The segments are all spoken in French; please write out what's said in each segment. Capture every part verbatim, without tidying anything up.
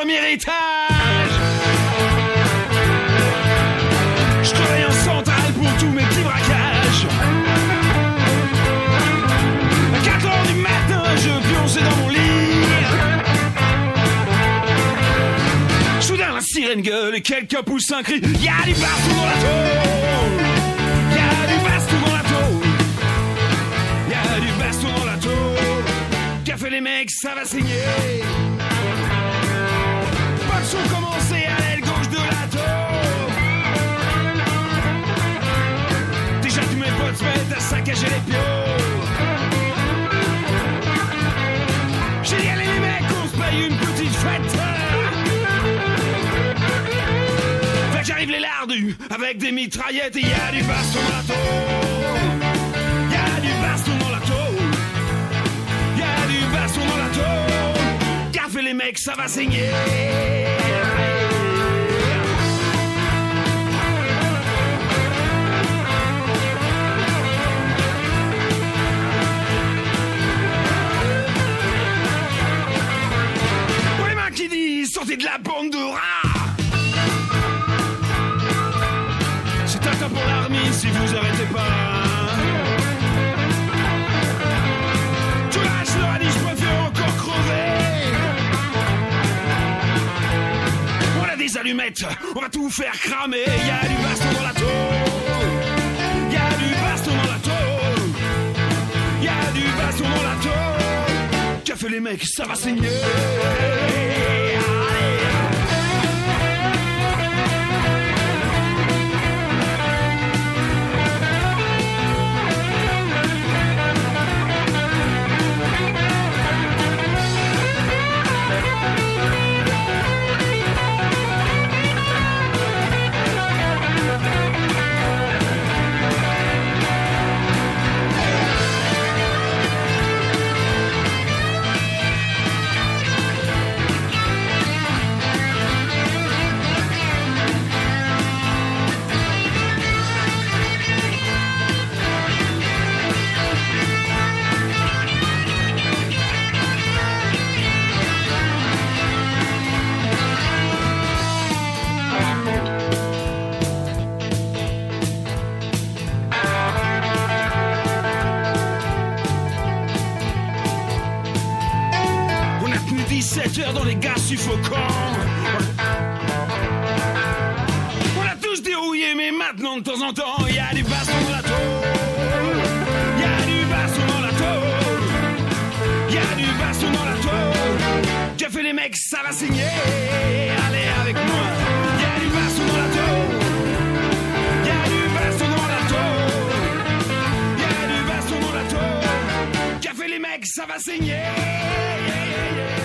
premier étage. Je travaille en centrale pour tous mes petits braquages. À quatre heures du matin, je pionçais dans mon lit. Soudain la sirène gueule et quelqu'un pousse un cri. Y'a du baston dans la tôle. Y'a du baston dans la tôle. Y'a du baston dans la tôle. Qu'a fait les mecs, ça va saigner. Pas de son commencé à l'aile gauche de la tôle. Déjà tous mes potes se mettent à saccager les piaux. J'ai dit allez les mecs, on se paye une petite fête. J'arrive les lardus avec des mitraillettes et y'a du baston dans la tôle. Y'a du baston dans la tôle. Y'a du baston dans la tôle. Qu'a fait les mecs, ça va saigner. Pour les mains qui disent sortez de la bande de rats. Pour l'armée si vous arrêtez pas. Tout là je leur ai dit je préfère encore crever. On a des allumettes, on va tout faire cramer. Y'a du baston dans la tôle. Y'a du baston dans la tôle. Y'a du baston dans la tôle. Qu'a fait les mecs, ça va saigner. dix-sept heures dans les gaz suffocants. On a tous dérouillé, mais maintenant de temps en temps, y a du baston dans la tôle. Y a du baston dans la tôle. Y a du baston dans la tôle. Qu'a fait les mecs, ça va saigner. Allez avec moi. Y a du baston dans la tôle. Y a du baston dans la tôle. Y a du baston dans la tôle. Qu'a fait les mecs, ça va saigner. Yeah, yeah, yeah.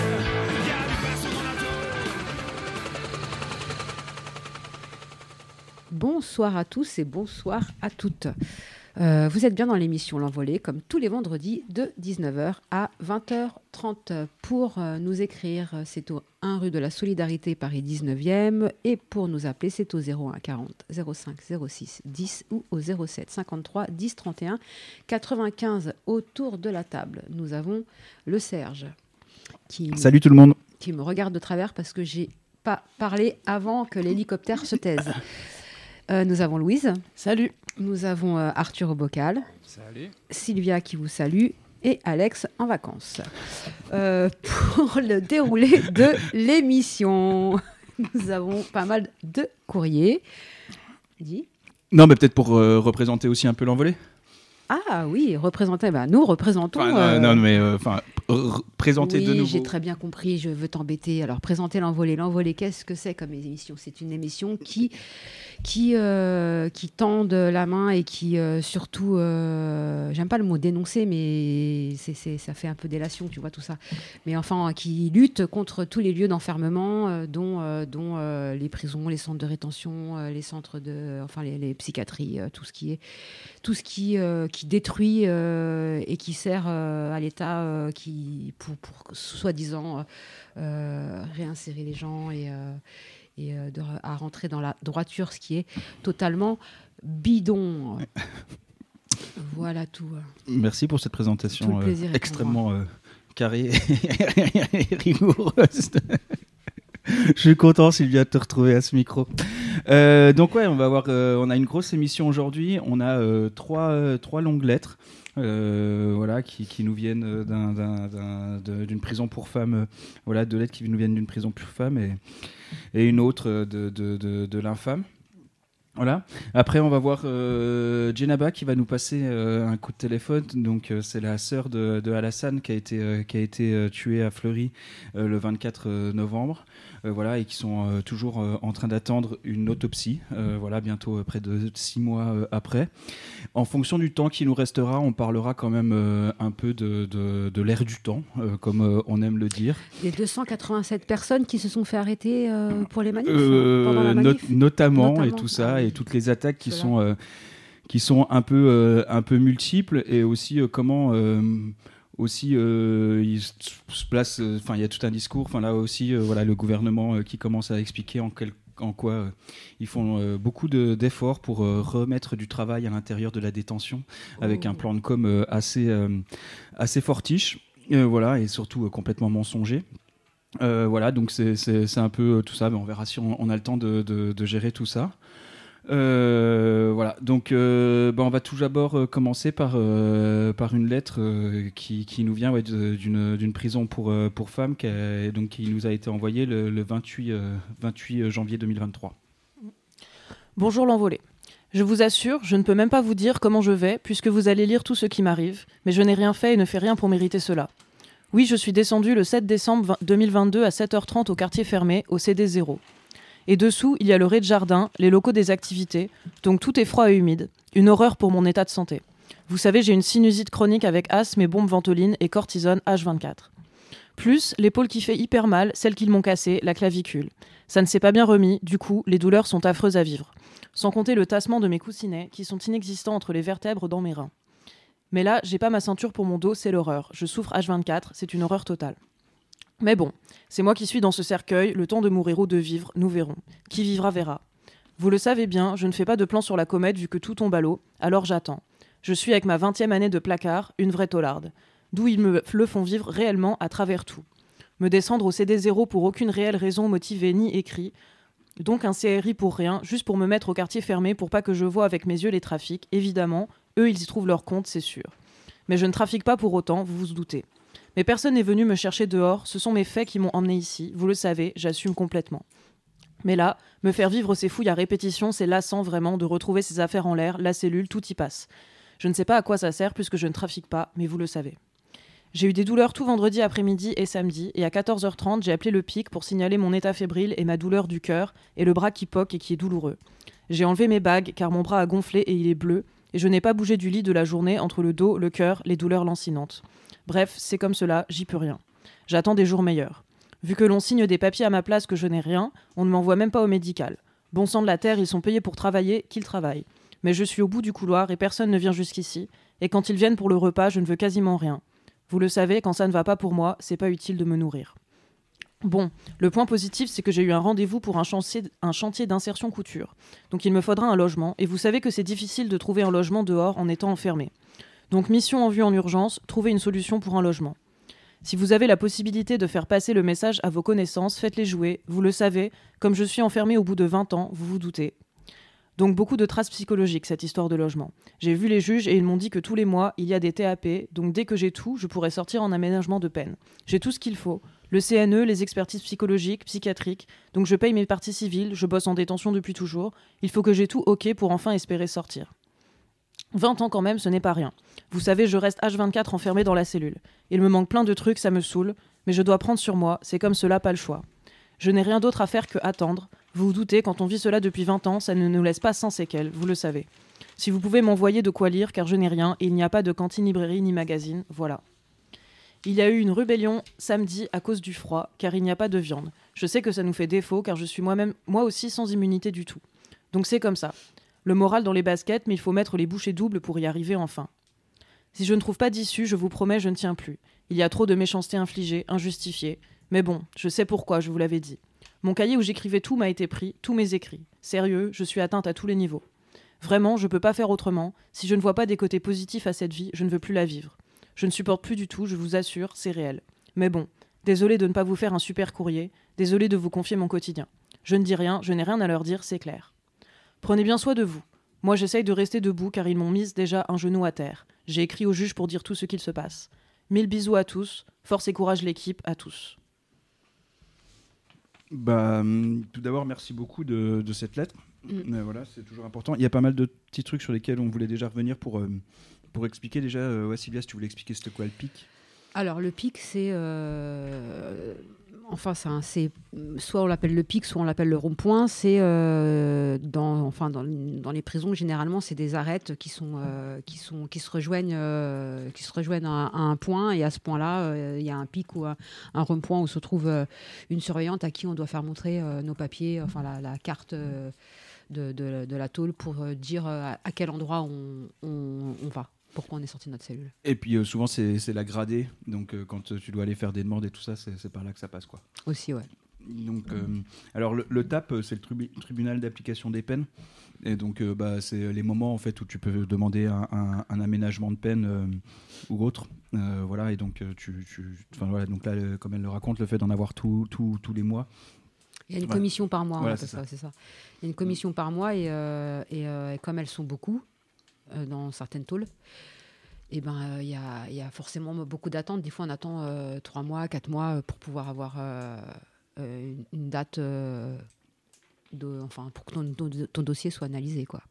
Bonsoir à tous et bonsoir à toutes. Euh, vous êtes bien dans l'émission L'Envolée, comme tous les vendredis de dix-neuf heures à vingt heures trente. Pour euh, nous écrire, c'est au un rue de la Solidarité, Paris dix-neuvième. Et pour nous appeler, c'est au zéro un quarante zéro cinq zéro six dix ou au zéro sept cinquante-trois dix trente et un quatre-vingt-quinze. Autour de la table, nous avons le Serge. Qui Salut tout le monde. Qui me regarde de travers parce que j'ai pas parlé avant que l'hélicoptère se taise. Euh, nous avons Louise. Salut. Nous avons euh, Arthur au bocal. Salut. Sylvia qui vous salue. Et Alex en vacances. Euh, pour le déroulé de l'émission, nous avons pas mal de courriers. Dis. Non, mais peut-être pour euh, représenter aussi un peu l'Envolée. Ah oui, représenter. Bah, nous représentons. Enfin, euh... Non, mais enfin, euh, présenter oui, de nouveau. J'ai très bien compris. Je veux t'embêter. Alors, présenter l'Envolée. L'Envolée, qu'est-ce que c'est comme émission ? C'est une émission qui, qui, euh, qui tend de la main et qui euh, surtout, euh, j'aime pas le mot dénoncer, mais c'est, c'est, ça fait un peu délation, tu vois tout ça. Mais enfin, qui lutte contre tous les lieux d'enfermement, euh, dont, euh, dont euh, les prisons, les centres de rétention, euh, les centres de, enfin les, les psychiatries, euh, tout ce qui est, tout ce qui, euh, qui détruit euh, et qui sert euh, à l'État euh, qui, pour, pour soi-disant euh, réinsérer les gens et, euh, et euh, de, à rentrer dans la droiture, ce qui est totalement bidon. Voilà tout. Merci pour cette présentation tout le plaisir euh, extrêmement euh, carrée et rigoureuse. Je suis content, Sylvia, de te retrouver à ce micro. Euh, donc ouais, on va avoir, euh, on a une grosse émission aujourd'hui. On a euh, trois, euh, trois longues lettres, euh, voilà, qui, qui nous viennent d'un, d'un, d'un, de, d'une prison pour femmes. Euh, voilà, deux lettres qui nous viennent d'une prison pour femmes et, et une autre de, de, de, de l'infâme. Voilà. Après, on va voir euh, Djenaba qui va nous passer euh, un coup de téléphone. Donc, euh, c'est la sœur de, de Alassane qui a été, euh, qui a été euh, tuée à Fleury euh, le vingt-quatre novembre. Euh, voilà, et qui sont euh, toujours euh, en train d'attendre une autopsie. Euh, voilà, bientôt euh, près de six mois euh, après. En fonction du temps qui nous restera, on parlera quand même euh, un peu de, de, de l'ère du temps, euh, comme euh, on aime le dire. Les deux cent quatre-vingt-sept personnes qui se sont fait arrêter euh, pour les manifs, euh, pendant la manif. not- notamment, Notamment, et tout ça, ah, et toutes les attaques qui cela. sont, euh, qui sont un peu, euh, un peu multiples, et aussi euh, comment euh, aussi euh, il se se place, enfin il y a tout un discours, enfin là aussi euh, voilà le gouvernement euh, qui commence à expliquer en quel en quoi euh, ils font euh, beaucoup de, d'efforts pour euh, remettre du travail à l'intérieur de la détention, oh. avec un plan de com euh, assez, euh, assez fortiche, euh, voilà, et surtout euh, complètement mensonger. Euh, voilà, donc c'est, c'est, c'est un peu euh, tout ça, mais on verra si on, on a le temps de, de, de gérer tout ça. Euh, voilà, donc euh, bah, on va tout d'abord euh, commencer par, euh, par une lettre euh, qui, qui nous vient ouais, de, d'une, d'une prison pour, euh, pour femmes qui, a, donc, qui nous a été envoyée le, le vingt-huit, euh, vingt-huit janvier deux mille vingt-trois. Bonjour l'envolé. Je vous assure, je ne peux même pas vous dire comment je vais puisque vous allez lire tout ce qui m'arrive, mais je n'ai rien fait et ne fais rien pour mériter cela. Oui, je suis descendu le sept décembre deux mille vingt-deux à sept heures trente au quartier fermé, au C D zéro. Et dessous, il y a le rez-de-jardin, les locaux des activités, donc tout est froid et humide. Une horreur pour mon état de santé. Vous savez, j'ai une sinusite chronique avec asthme et bombe ventoline et cortisone H vingt-quatre. Plus, l'épaule qui fait hyper mal, celle qu'ils m'ont cassée, la clavicule. Ça ne s'est pas bien remis, du coup, les douleurs sont affreuses à vivre. Sans compter le tassement de mes coussinets, qui sont inexistants entre les vertèbres dans mes reins. Mais là, j'ai pas ma ceinture pour mon dos, c'est l'horreur. Je souffre H vingt-quatre, c'est une horreur totale. Mais bon, c'est moi qui suis dans ce cercueil, le temps de mourir ou de vivre, nous verrons. Qui vivra verra. Vous le savez bien, je ne fais pas de plan sur la comète vu que tout tombe à l'eau, alors j'attends. Je suis avec ma vingtième année de placard, une vraie taularde. D'où ils me le font vivre réellement à travers tout. Me descendre au C D zéro pour aucune réelle raison motivée ni écrit, donc un C R I pour rien, juste pour me mettre au quartier fermé pour pas que je voie avec mes yeux les trafics, évidemment, eux ils y trouvent leur compte, c'est sûr. Mais je ne trafique pas pour autant, vous vous doutez. Mais personne n'est venu me chercher dehors, ce sont mes faits qui m'ont emmené ici, vous le savez, j'assume complètement. Mais là, me faire vivre ces fouilles à répétition, c'est lassant vraiment de retrouver ces affaires en l'air, la cellule, tout y passe. Je ne sais pas à quoi ça sert puisque je ne trafique pas, mais vous le savez. J'ai eu des douleurs tout vendredi après-midi et samedi, et à quatorze heures trente, j'ai appelé le P I C pour signaler mon état fébrile et ma douleur du cœur, et le bras qui poque et qui est douloureux. J'ai enlevé mes bagues car mon bras a gonflé et il est bleu, et je n'ai pas bougé du lit de la journée entre le dos, le cœur, les douleurs lancinantes. Bref, c'est comme cela, j'y peux rien. J'attends des jours meilleurs. Vu que l'on signe des papiers à ma place que je n'ai rien, on ne m'envoie même pas au médical. Bon sang de la terre, ils sont payés pour travailler, qu'ils travaillent. Mais je suis au bout du couloir et personne ne vient jusqu'ici, et quand ils viennent pour le repas, je ne veux quasiment rien. Vous le savez, quand ça ne va pas pour moi, c'est pas utile de me nourrir. Bon, le point positif, c'est que j'ai eu un rendez-vous pour un chantier, un chantier d'insertion couture. Donc il me faudra un logement, et vous savez que c'est difficile de trouver un logement dehors en étant enfermé. Donc mission en vue en urgence, trouver une solution pour un logement. Si vous avez la possibilité de faire passer le message à vos connaissances, faites-les jouer. Vous le savez, comme je suis enfermée au bout de vingt ans, vous vous doutez. Donc beaucoup de traces psychologiques, cette histoire de logement. J'ai vu les juges et ils m'ont dit que tous les mois, il y a des T A P, donc dès que j'ai tout, je pourrais sortir en aménagement de peine. J'ai tout ce qu'il faut. Le C N E, les expertises psychologiques, psychiatriques, donc je paye mes parties civiles, je bosse en détention depuis toujours. Il faut que j'ai tout OK pour enfin espérer sortir. vingt ans quand même, ce n'est pas rien. Vous savez, je reste H vingt-quatre enfermée dans la cellule. Il me manque plein de trucs, ça me saoule, mais je dois prendre sur moi, c'est comme cela, pas le choix. Je n'ai rien d'autre à faire que attendre. Vous vous doutez, quand on vit cela depuis vingt ans, ça ne nous laisse pas sans séquelles, vous le savez. Si vous pouvez m'envoyer de quoi lire, car je n'ai rien, et il n'y a pas de cantine, librairie ni magazine, voilà. Il y a eu une rébellion samedi à cause du froid, car il n'y a pas de viande. Je sais que ça nous fait défaut, car je suis moi-même, moi aussi sans immunité du tout. Donc c'est comme ça. Le moral dans les baskets, mais il faut mettre les bouchées doubles pour y arriver enfin. Si je ne trouve pas d'issue, je vous promets, je ne tiens plus. Il y a trop de méchanceté infligée, injustifiée. Mais bon, je sais pourquoi, je vous l'avais dit. Mon cahier où j'écrivais tout m'a été pris, tous mes écrits. Sérieux, je suis atteinte à tous les niveaux. Vraiment, je peux pas faire autrement. Si je ne vois pas des côtés positifs à cette vie, je ne veux plus la vivre. Je ne supporte plus du tout, je vous assure, c'est réel. Mais bon, Désolé de ne pas vous faire un super courrier. Désolé de vous confier mon quotidien. Je ne dis rien, je n'ai rien à leur dire, c'est clair. Prenez bien soin de vous. Moi, j'essaye de rester debout car ils m'ont mise déjà un genou à terre. J'ai écrit au juge pour dire tout ce qu'il se passe. Mille bisous à tous. Force et courage l'équipe, à tous. Bah, hum, tout d'abord, merci beaucoup de, de cette lettre. Mm. Euh, voilà, c'est toujours important. Il y a pas mal de petits trucs sur lesquels on voulait déjà revenir pour, euh, pour expliquer déjà. Euh, ouais, Sylvia, si tu voulais expliquer c'était quoi le pic. Alors le pic, c'est... euh, Enfin, c'est, un- c'est soit on l'appelle le pic, soit on l'appelle le rond-point. C'est euh, dans, enfin, dans, dans les prisons, généralement, c'est des arêtes qui, sont, euh, qui, sont, qui se rejoignent, euh, qui se rejoignent à, à un point. Et à ce point-là, euh, il y a un pic ou un, un rond-point où se trouve euh, une surveillante à qui on doit faire montrer euh, nos papiers, enfin la, la carte euh, de, de, de la tôle pour euh, dire euh, à quel endroit on, on, on va. Pourquoi on est sorti de notre cellule. Et puis euh, souvent, c'est, c'est la gradée. Donc euh, quand euh, tu dois aller faire des demandes et tout ça, c'est, c'est par là que ça passe, quoi. Aussi, ouais. Donc, euh, alors le, le T A P, euh, c'est le tribu- tribunal d'application des peines. Et donc, euh, bah, c'est les moments en fait où tu peux demander un, un- un aménagement de peine euh, ou autre. Euh, voilà. Et donc, euh, tu, tu, enfin voilà. Donc là, le- comme elle le raconte, le fait d'en avoir tout- tout- tous les mois. Il y a une Voilà. commission par mois, Voilà, on appelle c'est ça, ça. c'est ça. Il y a une commission par mois et, euh, et, euh, et comme elles sont beaucoup euh, dans certaines tôles, et ben euh, il y, a, il y a forcément beaucoup d'attentes. Des fois, on attend euh, trois mois, quatre mois euh, pour pouvoir avoir euh, euh, une, une date, euh, de, enfin pour que ton, ton, ton dossier soit analysé, quoi.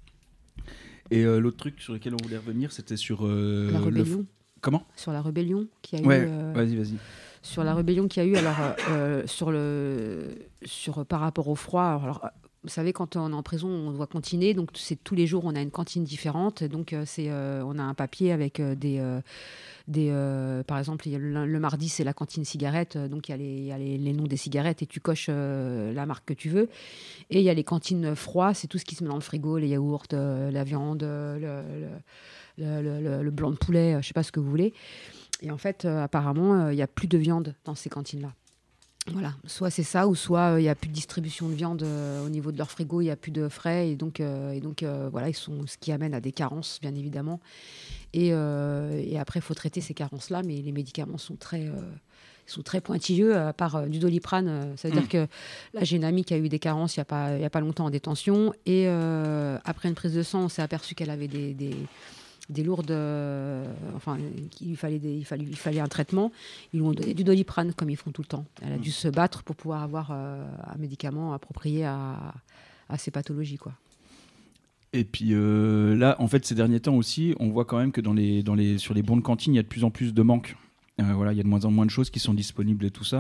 Et euh, l'autre truc sur lequel on voulait revenir, c'était sur euh, La le rébellion. f- Comment Sur la rébellion qui a Ouais. eu. euh, Vas-y, vas-y. Sur la rébellion qu'il y a eu, alors euh, euh, sur le, sur par rapport au froid. Alors, euh, vous savez, quand on est en prison, on doit cantiner, donc c'est tous les jours, on a une cantine différente. Donc euh, c'est, euh, on a un papier avec euh, des, euh, des, euh, par exemple, il y a le, le mardi c'est la cantine cigarette, euh, donc il y a les, il y a les, les noms des cigarettes et tu coches euh, la marque que tu veux. Et il y a les cantines froids, c'est tout ce qui se met dans le frigo, les yaourts, euh, la viande, euh, le, le, le, le, le blanc de poulet, euh, je sais pas ce que vous voulez. Et en fait, euh, apparemment, il n'y a plus de viande dans ces cantines-là. Voilà, soit c'est ça, ou soit il n'y a plus de distribution de viande euh, au niveau de leur frigo, il n'y a plus de frais, et donc, euh, et donc euh, voilà, ils sont, ce qui amène à des carences, bien évidemment. Et, euh, et après, il faut traiter ces carences-là, mais les médicaments sont très, euh, sont très pointilleux, à part euh, du Doliprane. Euh, ça veut Mmh. dire que là, j'ai une amie qui a eu des carences il n'y a, pas- il y a pas longtemps en détention, et euh, après une prise de sang, on s'est aperçu qu'elle avait des... des des lourdes, euh, enfin, il fallait, des, il, fallait, il fallait un traitement. Ils lui ont donné du Doliprane, comme ils font tout le temps. Elle a dû se battre pour pouvoir avoir euh, un médicament approprié à, à ses pathologies, quoi. Et puis euh, là, en fait, ces derniers temps aussi, on voit quand même que dans les, dans les, sur les bons de cantine, il y a de plus en plus de manques. Euh, voilà, il y a de moins en moins de choses qui sont disponibles et tout ça.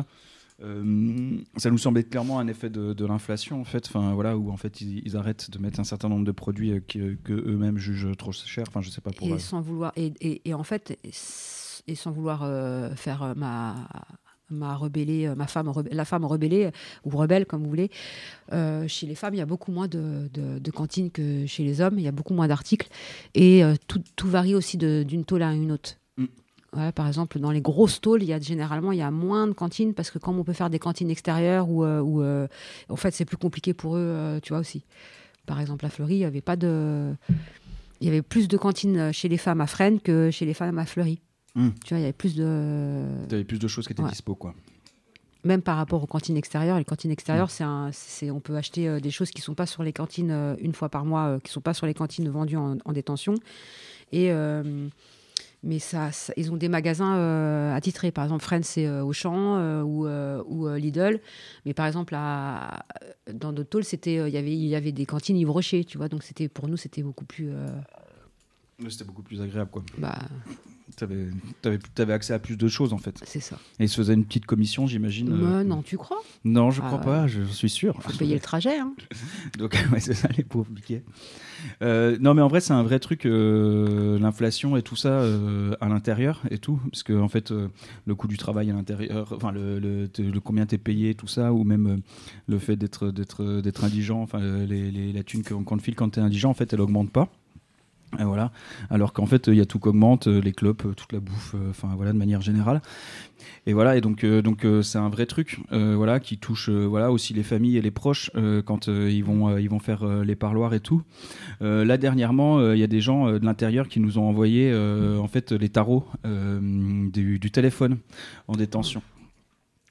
Euh, ça nous semble être clairement un effet de, de l'inflation, en fait. Enfin, voilà, où en fait, ils, ils arrêtent de mettre un certain nombre de produits euh, qui, que eux-mêmes jugent trop cher. Enfin, je sais pas pour. Et euh, sans vouloir, et, et, et en fait, et sans vouloir euh, faire euh, ma ma rebellée, euh, ma femme, rebe- la femme rebellée euh, ou rebelle comme vous voulez. Euh, chez les femmes, il y a beaucoup moins de, de, de cantines que chez les hommes. Il y a beaucoup moins d'articles et euh, tout, tout varie aussi de, d'une tôle à une autre. Mm. Voilà, par exemple, dans les grosses tôles, il y a généralement il y a moins de cantines parce que comme on peut faire des cantines extérieures ou euh, ou euh, en fait c'est plus compliqué pour eux, euh, tu vois aussi. Par exemple, à Fleury, il y avait pas de il y avait plus de cantines chez les femmes à Fresnes que chez les femmes à Fleury. Mm. Tu vois, il y avait plus de... T'avais plus de choses qui étaient Ouais. dispo, quoi. Même par rapport aux cantines extérieures. Les cantines extérieures, c'est un, c'est, on peut acheter euh, des choses qui ne sont pas sur les cantines euh, une fois par mois, euh, qui ne sont pas sur les cantines vendues en, en détention. Et, euh, mais ça, ça- ils ont des magasins euh, attitrés. Par exemple, Fresnes, c'est euh, Auchan euh, ou, euh, ou euh, Lidl. Mais par exemple, à, dans d'autres tôles, c'était, euh, il y avait, il y avait des cantines Yves Rocher, tu vois. Donc c'était, pour nous, c'était beaucoup plus... euh, Mais c'était beaucoup plus agréable, quoi. bah, T'avais, t'avais, t'avais accès à plus de choses, en fait. c'est ça. Et ils se faisaient une petite commission, j'imagine. euh, Mais non, tu crois? Non, je Ah, crois ouais. pas, je suis sûr. Il faut payer le trajet, hein. Donc, ouais, c'est ça les pauvres billets. Euh, non, mais en vrai, c'est un vrai truc, euh, l'inflation et tout ça euh, à l'intérieur et tout. Parce que, en fait, euh, le coût du travail à l'intérieur, enfin, le, le, te- le combien t'es payé, tout ça, ou même euh, le fait d'être, d'être, d'être indigent, enfin, les, les, la thune qu'on qu'on te file quand t'es indigent, en fait, elle augmente pas. Et voilà. Alors qu'en fait, il y a tout qui augmente, euh, les clopes, euh, toute la bouffe, euh, enfin voilà, de manière générale. Et voilà, et donc, euh, donc euh, c'est un vrai truc, euh, voilà, qui touche, euh, voilà, aussi les familles et les proches euh, quand euh, ils vont, euh, ils vont faire euh, les parloirs et tout. Euh, là dernièrement, il euh, y a des gens euh, de l'intérieur qui nous ont envoyé, euh, en fait, les tarots euh, du, du téléphone en détention.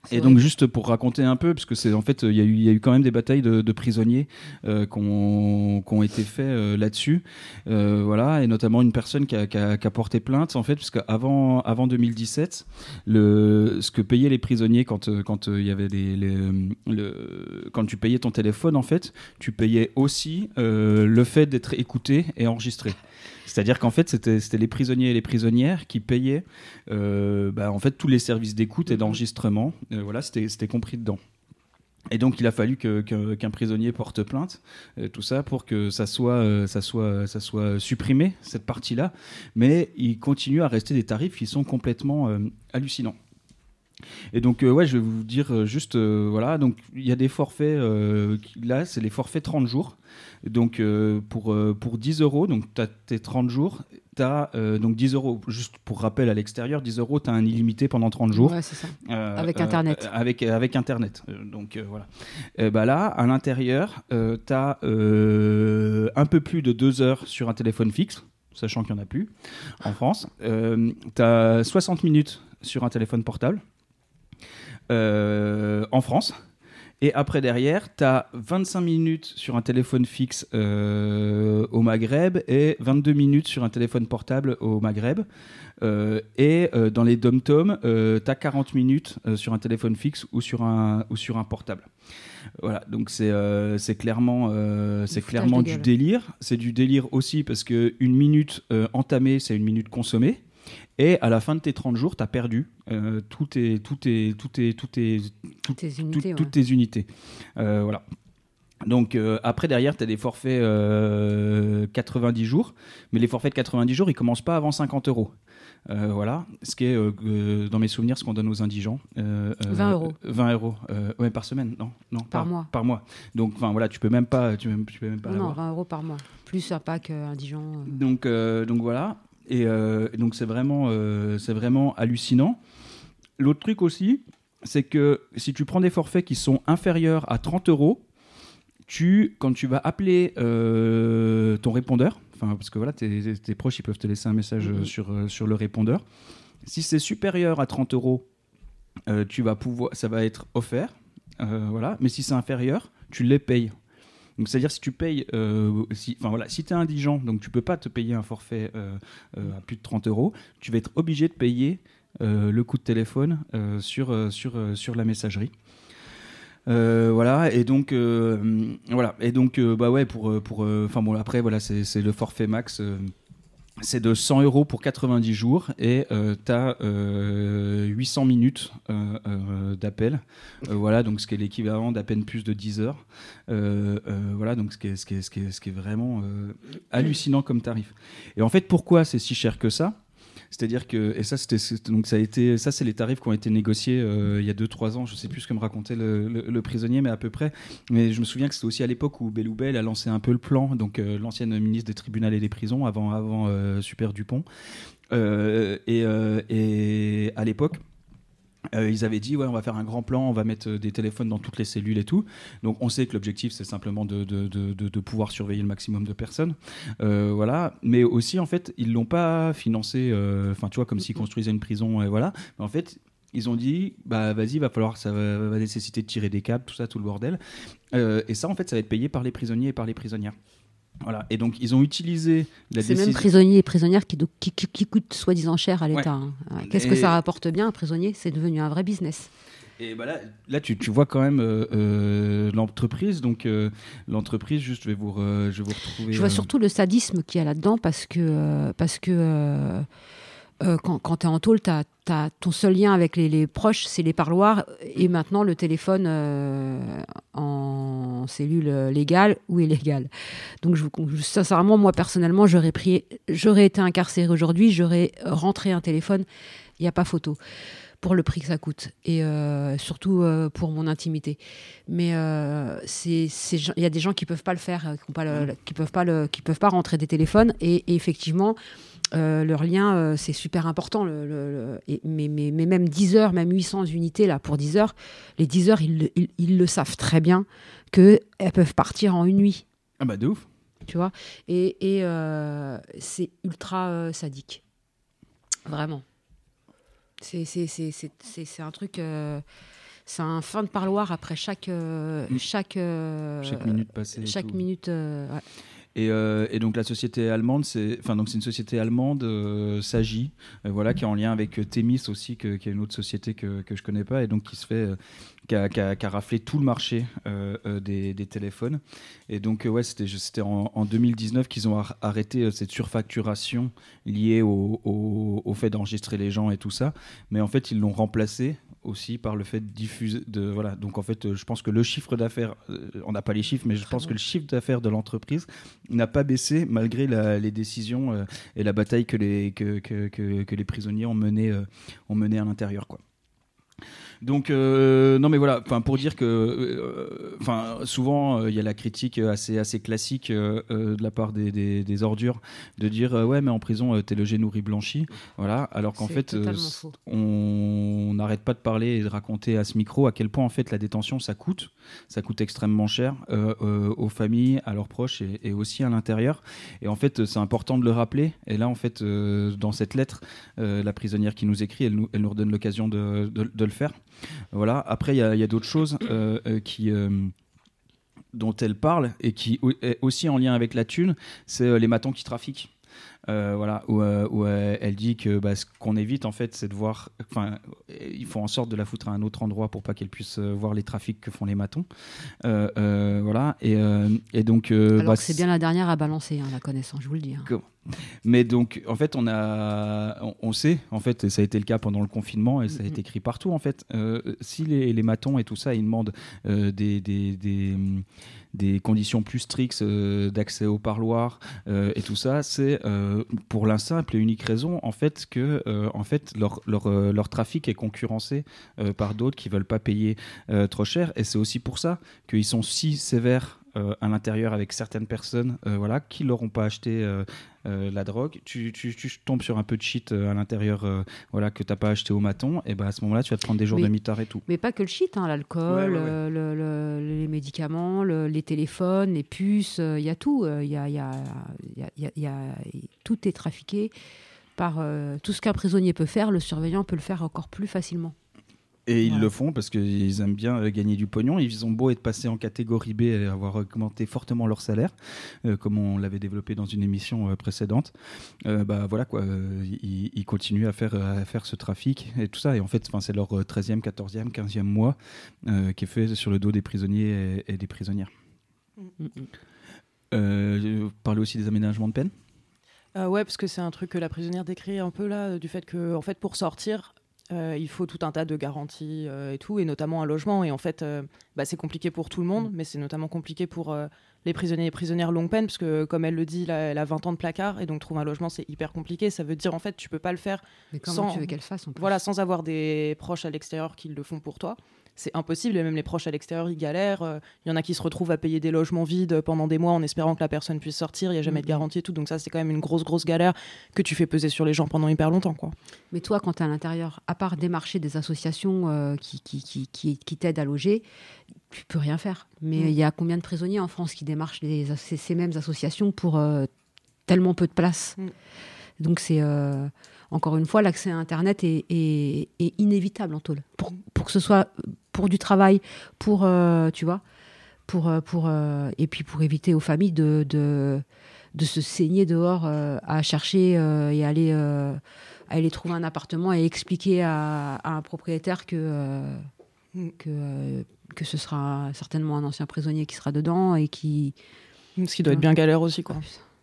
Et donc juste pour raconter un peu, parce que c'est en fait il y a eu il y a eu quand même des batailles de, de prisonniers euh, qui ont qui ont été faits euh, là-dessus, euh, voilà, et notamment une personne qui a, qui a, qui a porté plainte en fait, parce qu'avant avant deux mille dix-sept, le ce que payaient les prisonniers quand quand il y avait des les, le quand tu payais ton téléphone en fait, tu payais aussi euh, le fait d'être écouté et enregistré. C'est-à-dire qu'en fait, c'était, c'était les prisonniers et les prisonnières qui payaient euh, bah, en fait, tous les services d'écoute et d'enregistrement. Euh, voilà, c'était, c'était compris dedans. Et donc, il a fallu que, que, qu'un prisonnier porte plainte, euh, tout ça, pour que ça soit, euh, ça, soit, ça soit supprimé, cette partie-là. Mais il continue à rester des tarifs qui sont complètement euh, hallucinants. Et donc, euh, ouais, je vais vous dire euh, juste, euh, voilà, donc il y a des forfaits, euh, qui, là, c'est les forfaits trente jours. Donc, euh, pour, euh, pour dix euros, donc tu as tes trente jours, tu as euh, donc dix euros, juste pour rappel à l'extérieur, dix euros, tu as un illimité pendant trente jours. Ouais, c'est ça. Euh, avec euh, Internet. Avec, avec Internet. Euh, donc, euh, voilà. Et bah là, à l'intérieur, euh, tu as euh, un peu plus de deux heures sur un téléphone fixe, sachant qu'il n'y en a plus en France. Euh, tu as soixante minutes sur un téléphone portable. Euh, en France. Et après, derrière, tu as vingt-cinq minutes sur un téléphone fixe euh, au Maghreb et vingt-deux minutes sur un téléphone portable au Maghreb. Euh, et euh, dans les dom-toms, euh, tu as quarante minutes euh, sur un téléphone fixe ou sur un, ou sur un portable. Voilà, donc c'est, euh, c'est clairement, euh, c'est clairement du délire. C'est du délire aussi parce qu'une minute euh, entamée, c'est une minute consommée. Et à la fin de tes trente jours, tu as perdu euh, toutes tes, toutes tes, toutes tes, toutes tes, toutes tes unités. Toutes, toutes ouais. tes unités. Euh, voilà. Donc euh, après, derrière, tu as des forfaits euh, quatre-vingt-dix jours. Mais les forfaits de quatre-vingt-dix jours, ils ne commencent pas avant cinquante euros. Euh, voilà. Ce qui est, euh, euh, dans mes souvenirs, ce qu'on donne aux indigents. Euh, vingt euros. vingt euros. Euh, ouais, par semaine. Non, non par, par mois. Par mois. Donc, voilà, tu peux même pas. Tu, tu peux même pas non, vingt euros par mois. Plus un pack euh, indigent. Euh. Donc, euh, donc voilà. Et euh, donc c'est vraiment, euh, c'est vraiment hallucinant. L'autre truc aussi, c'est que si tu prends des forfaits qui sont inférieurs à trente euros, tu, quand tu vas appeler euh, ton répondeur, parce que voilà, tes, tes proches ils peuvent te laisser un message mmh. sur, euh, sur le répondeur, si c'est supérieur à trente euros, euh, tu vas pouvoir, ça va être offert, euh, voilà. Mais si c'est inférieur, tu les payes. Donc, c'est-à-dire si tu payes, euh, si, enfin voilà, si tu es indigent, donc tu peux pas te payer un forfait euh, euh, à plus de trente euros, tu vas être obligé de payer euh, le coût de téléphone euh, sur, euh, sur, euh, sur la messagerie. Euh, voilà, et donc, euh, voilà, et donc euh, bah ouais, pour, pour, enfin euh, bon, après, voilà, c'est, c'est le forfait max. Euh, C'est de cent euros pour quatre-vingt-dix jours et euh, tu as euh, huit cents minutes euh, euh, d'appel. Euh, voilà, donc ce qui est l'équivalent d'à peine plus de dix heures. Euh, euh, voilà, donc ce qui est, ce qui est, ce qui est, ce qui est vraiment euh, hallucinant comme tarif. Et en fait, pourquoi c'est si cher que ça ? C'est-à-dire que, et ça, c'était, donc ça, a été, ça, c'est les tarifs qui ont été négociés euh, il y a deux trois ans. Je ne sais plus ce que me racontait le, le, le prisonnier, mais à peu près. Mais je me souviens que c'était aussi à l'époque où Belloubet a lancé un peu le plan, donc euh, l'ancienne ministre des Tribunaux et des Prisons, avant, avant euh, Super Dupont. Euh, et, euh, et à l'époque, Euh, ils avaient dit ouais, on va faire un grand plan, on va mettre des téléphones dans toutes les cellules et tout. Donc on sait que l'objectif c'est simplement de, de, de, de, de pouvoir surveiller le maximum de personnes, euh, voilà. Mais aussi en fait ils l'ont pas financé, enfin euh, tu vois, comme s'ils construisaient une prison, et voilà. Mais en fait ils ont dit bah vas-y, va falloir, ça va, va nécessiter de tirer des câbles, tout ça, tout le bordel. Euh, et ça en fait ça va être payé par les prisonniers et par les prisonnières. Voilà. Et donc, ils ont utilisé la C'est décision... même prisonniers et prisonnières qui, qui, qui, qui coûtent soi-disant cher à l'État. Ouais. Hein. Qu'est-ce et... que ça rapporte bien, un prisonnier ? C'est devenu un vrai business. Et bah là, là tu, tu vois quand même euh, euh, l'entreprise. Donc, euh, l'entreprise, juste, je vais vous, re, je vais vous retrouver... Je vois euh... surtout le sadisme qu'il y a là-dedans parce que... Euh, parce que euh, euh, quand, quand tu es en tôle, tu as ton seul lien avec les, les proches, c'est les parloirs, et maintenant le téléphone euh, en cellule légale ou illégale. Donc, je, je, sincèrement, moi personnellement, j'aurais, pris, j'aurais été incarcérée aujourd'hui, j'aurais rentré un téléphone, il n'y a pas photo, pour le prix que ça coûte, et euh, surtout euh, pour mon intimité. Mais euh, il y a des gens qui ne peuvent pas le faire, qui ne peuvent pas, le, qui peuvent pas rentrer des téléphones, et, et effectivement, Euh, leur lien, euh, c'est super important. Le, le, le, et, mais, mais, mais même dix heures, même huit cents unités là, pour dix heures, les dix heures, ils, ils, ils le savent très bien qu'elles peuvent partir en une nuit. Ah bah de ouf. Tu vois, et, et euh, c'est ultra euh, sadique. Vraiment. C'est, c'est, c'est, c'est, c'est, c'est un truc... Euh, c'est un fin de parloir après chaque euh, Mm. chaque euh, Chaque minute passée et chaque tout. minute. euh, ouais. Et, euh, et donc la société allemande, c'est, enfin donc c'est une société allemande, euh, Sagi, euh, voilà, qui est en lien avec euh, Themis aussi, que- qui est une autre société que que je connais pas, et donc qui se fait, euh, qui a, qui a- qui a raflé tout le marché euh, euh, des, des téléphones. Et donc euh, ouais, c'était c'était en, en deux mille dix-neuf qu'ils ont ar- arrêté euh, cette surfacturation liée au, au, au fait d'enregistrer les gens et tout ça, mais en fait ils l'ont remplacé aussi par le fait de diffuser de voilà, donc en fait euh, je pense que le chiffre d'affaires, euh, on n'a pas les chiffres, mais je Très pense bon. que le chiffre d'affaires de l'entreprise n'a pas baissé malgré la- les décisions euh, et la bataille que les, que, que, que, que les prisonniers ont mené, euh, ont mené à l'intérieur, quoi. Donc euh, non mais voilà, enfin pour dire que, enfin euh, souvent il euh, y a la critique assez assez classique euh, euh, de la part des, des, des ordures de dire euh, ouais mais en prison euh, t'es le jet nourri blanchi, voilà, alors qu'en C'est fait euh, totalement faux. on n'arrête pas de parler et de raconter à ce micro à quel point en fait la détention ça coûte, ça coûte extrêmement cher euh, euh, aux familles, à leurs proches et, et aussi à l'intérieur. Et en fait c'est important de le rappeler. Et là en fait euh, dans cette lettre, euh, la prisonnière qui nous écrit, elle nous, elle nous redonne l'occasion de, de, de le faire. Voilà. Après, il y a, y a d'autres choses euh, euh, qui, euh, dont elle parle et qui o- est aussi en lien avec la thune, c'est euh, les matons qui trafiquent. Euh, voilà, où, euh, où euh, elle dit que bah, ce qu'on évite en fait, c'est de voir. Enfin, ils font en sorte de la foutre à un autre endroit pour pas qu'elle puisse euh, voir les trafics que font les matons. Euh, euh, voilà, et, euh, et donc. euh, Alors bah, que c'est bien la dernière à balancer, hein, la connaissance, je vous le dis. hein. Que- Mais donc, en fait, on a, on, on sait, en fait, et ça a été le cas pendant le confinement et ça a Mhm. été écrit partout, en fait. euh, si les, les matons et tout ça, ils demandent euh, des, des, des, hum, des conditions plus strictes euh, d'accès au parloir euh, et tout ça, c'est euh, pour la simple et unique raison, en fait, que euh, en fait, leur, leur, euh, leur trafic est concurrencé euh, par d'autres qui veulent pas payer euh, trop cher. Et c'est aussi pour ça qu'ils sont si sévères euh, à l'intérieur avec certaines personnes euh, voilà, qui ne leur ont pas acheté euh, euh, la drogue. Tu, tu, tu tombes sur un peu de shit euh, à l'intérieur euh, voilà, que tu n'as pas acheté au maton, et ben à ce moment-là, tu vas te prendre des jours Mais- de mitard et tout. Mais pas que le shit, hein, l'alcool, Ouais, ouais, ouais. euh, le- le- les médicaments, le- les téléphones, les puces, il y a tout. Il y a, y a- y a- y a- y a- tout est trafiqué par euh, tout ce qu'un prisonnier peut faire, le surveillant peut le faire encore plus facilement. Et ils Voilà. le font parce qu'ils aiment bien euh, gagner du pognon. Ils ont beau être passés en catégorie B et avoir augmenté fortement leur salaire, euh, comme on l'avait développé dans une émission euh, précédente. Euh, bah voilà quoi, euh, ils, ils continuent à faire, à faire ce trafic et tout ça. Et en fait, c'est leur treizième, quatorzième, quinzième mois euh, qui est fait sur le dos des prisonniers et, et des prisonnières. Mm-mm. Euh, vous parlez aussi des aménagements de peine. Euh, ouais, parce que c'est un truc que la prisonnière décrit un peu là, euh, du fait que, en fait, pour sortir, euh, il faut tout un tas de garanties euh, et tout, et notamment un logement. Et en fait, euh, bah, c'est compliqué pour tout le monde, mais c'est notamment compliqué pour euh, les prisonniers et prisonnières longue peine, parce que, comme elle le dit, là, elle a vingt ans de placard, et donc trouver un logement, c'est hyper compliqué. Ça veut dire, en fait, tu peux pas le faire Mais comment sans- tu veux qu'elle fasse en plus voilà, sans avoir des proches à l'extérieur qui le font pour toi. C'est impossible, et même les proches à l'extérieur, ils galèrent. Euh, Il y en a qui se retrouvent à payer des logements vides pendant des mois en espérant que la personne puisse sortir. Il n'y a jamais de Mhm. garantie et tout. Donc ça, c'est quand même une grosse, grosse galère que tu fais peser sur les gens pendant hyper longtemps, quoi. Mais toi, quand tu es à l'intérieur, à part démarcher des associations euh, qui, qui, qui, qui, qui t'aident à loger, tu peux rien faire. Mais il Mm. y a combien de prisonniers en France qui démarchent les, ces, ces mêmes associations pour euh, tellement peu de place Mm. Donc c'est euh, encore une fois, l'accès à Internet est, est, est inévitable en tôle. Pour, pour que ce soit pour du travail, pour euh, tu vois, pour euh, pour euh, et puis pour éviter aux familles de de, de se saigner dehors euh, à chercher euh, et aller euh, aller trouver un appartement et expliquer à, à un propriétaire que euh, Mm. que euh, que ce sera certainement un ancien prisonnier qui sera dedans et qui Ce qui doit être bien galère aussi, quoi.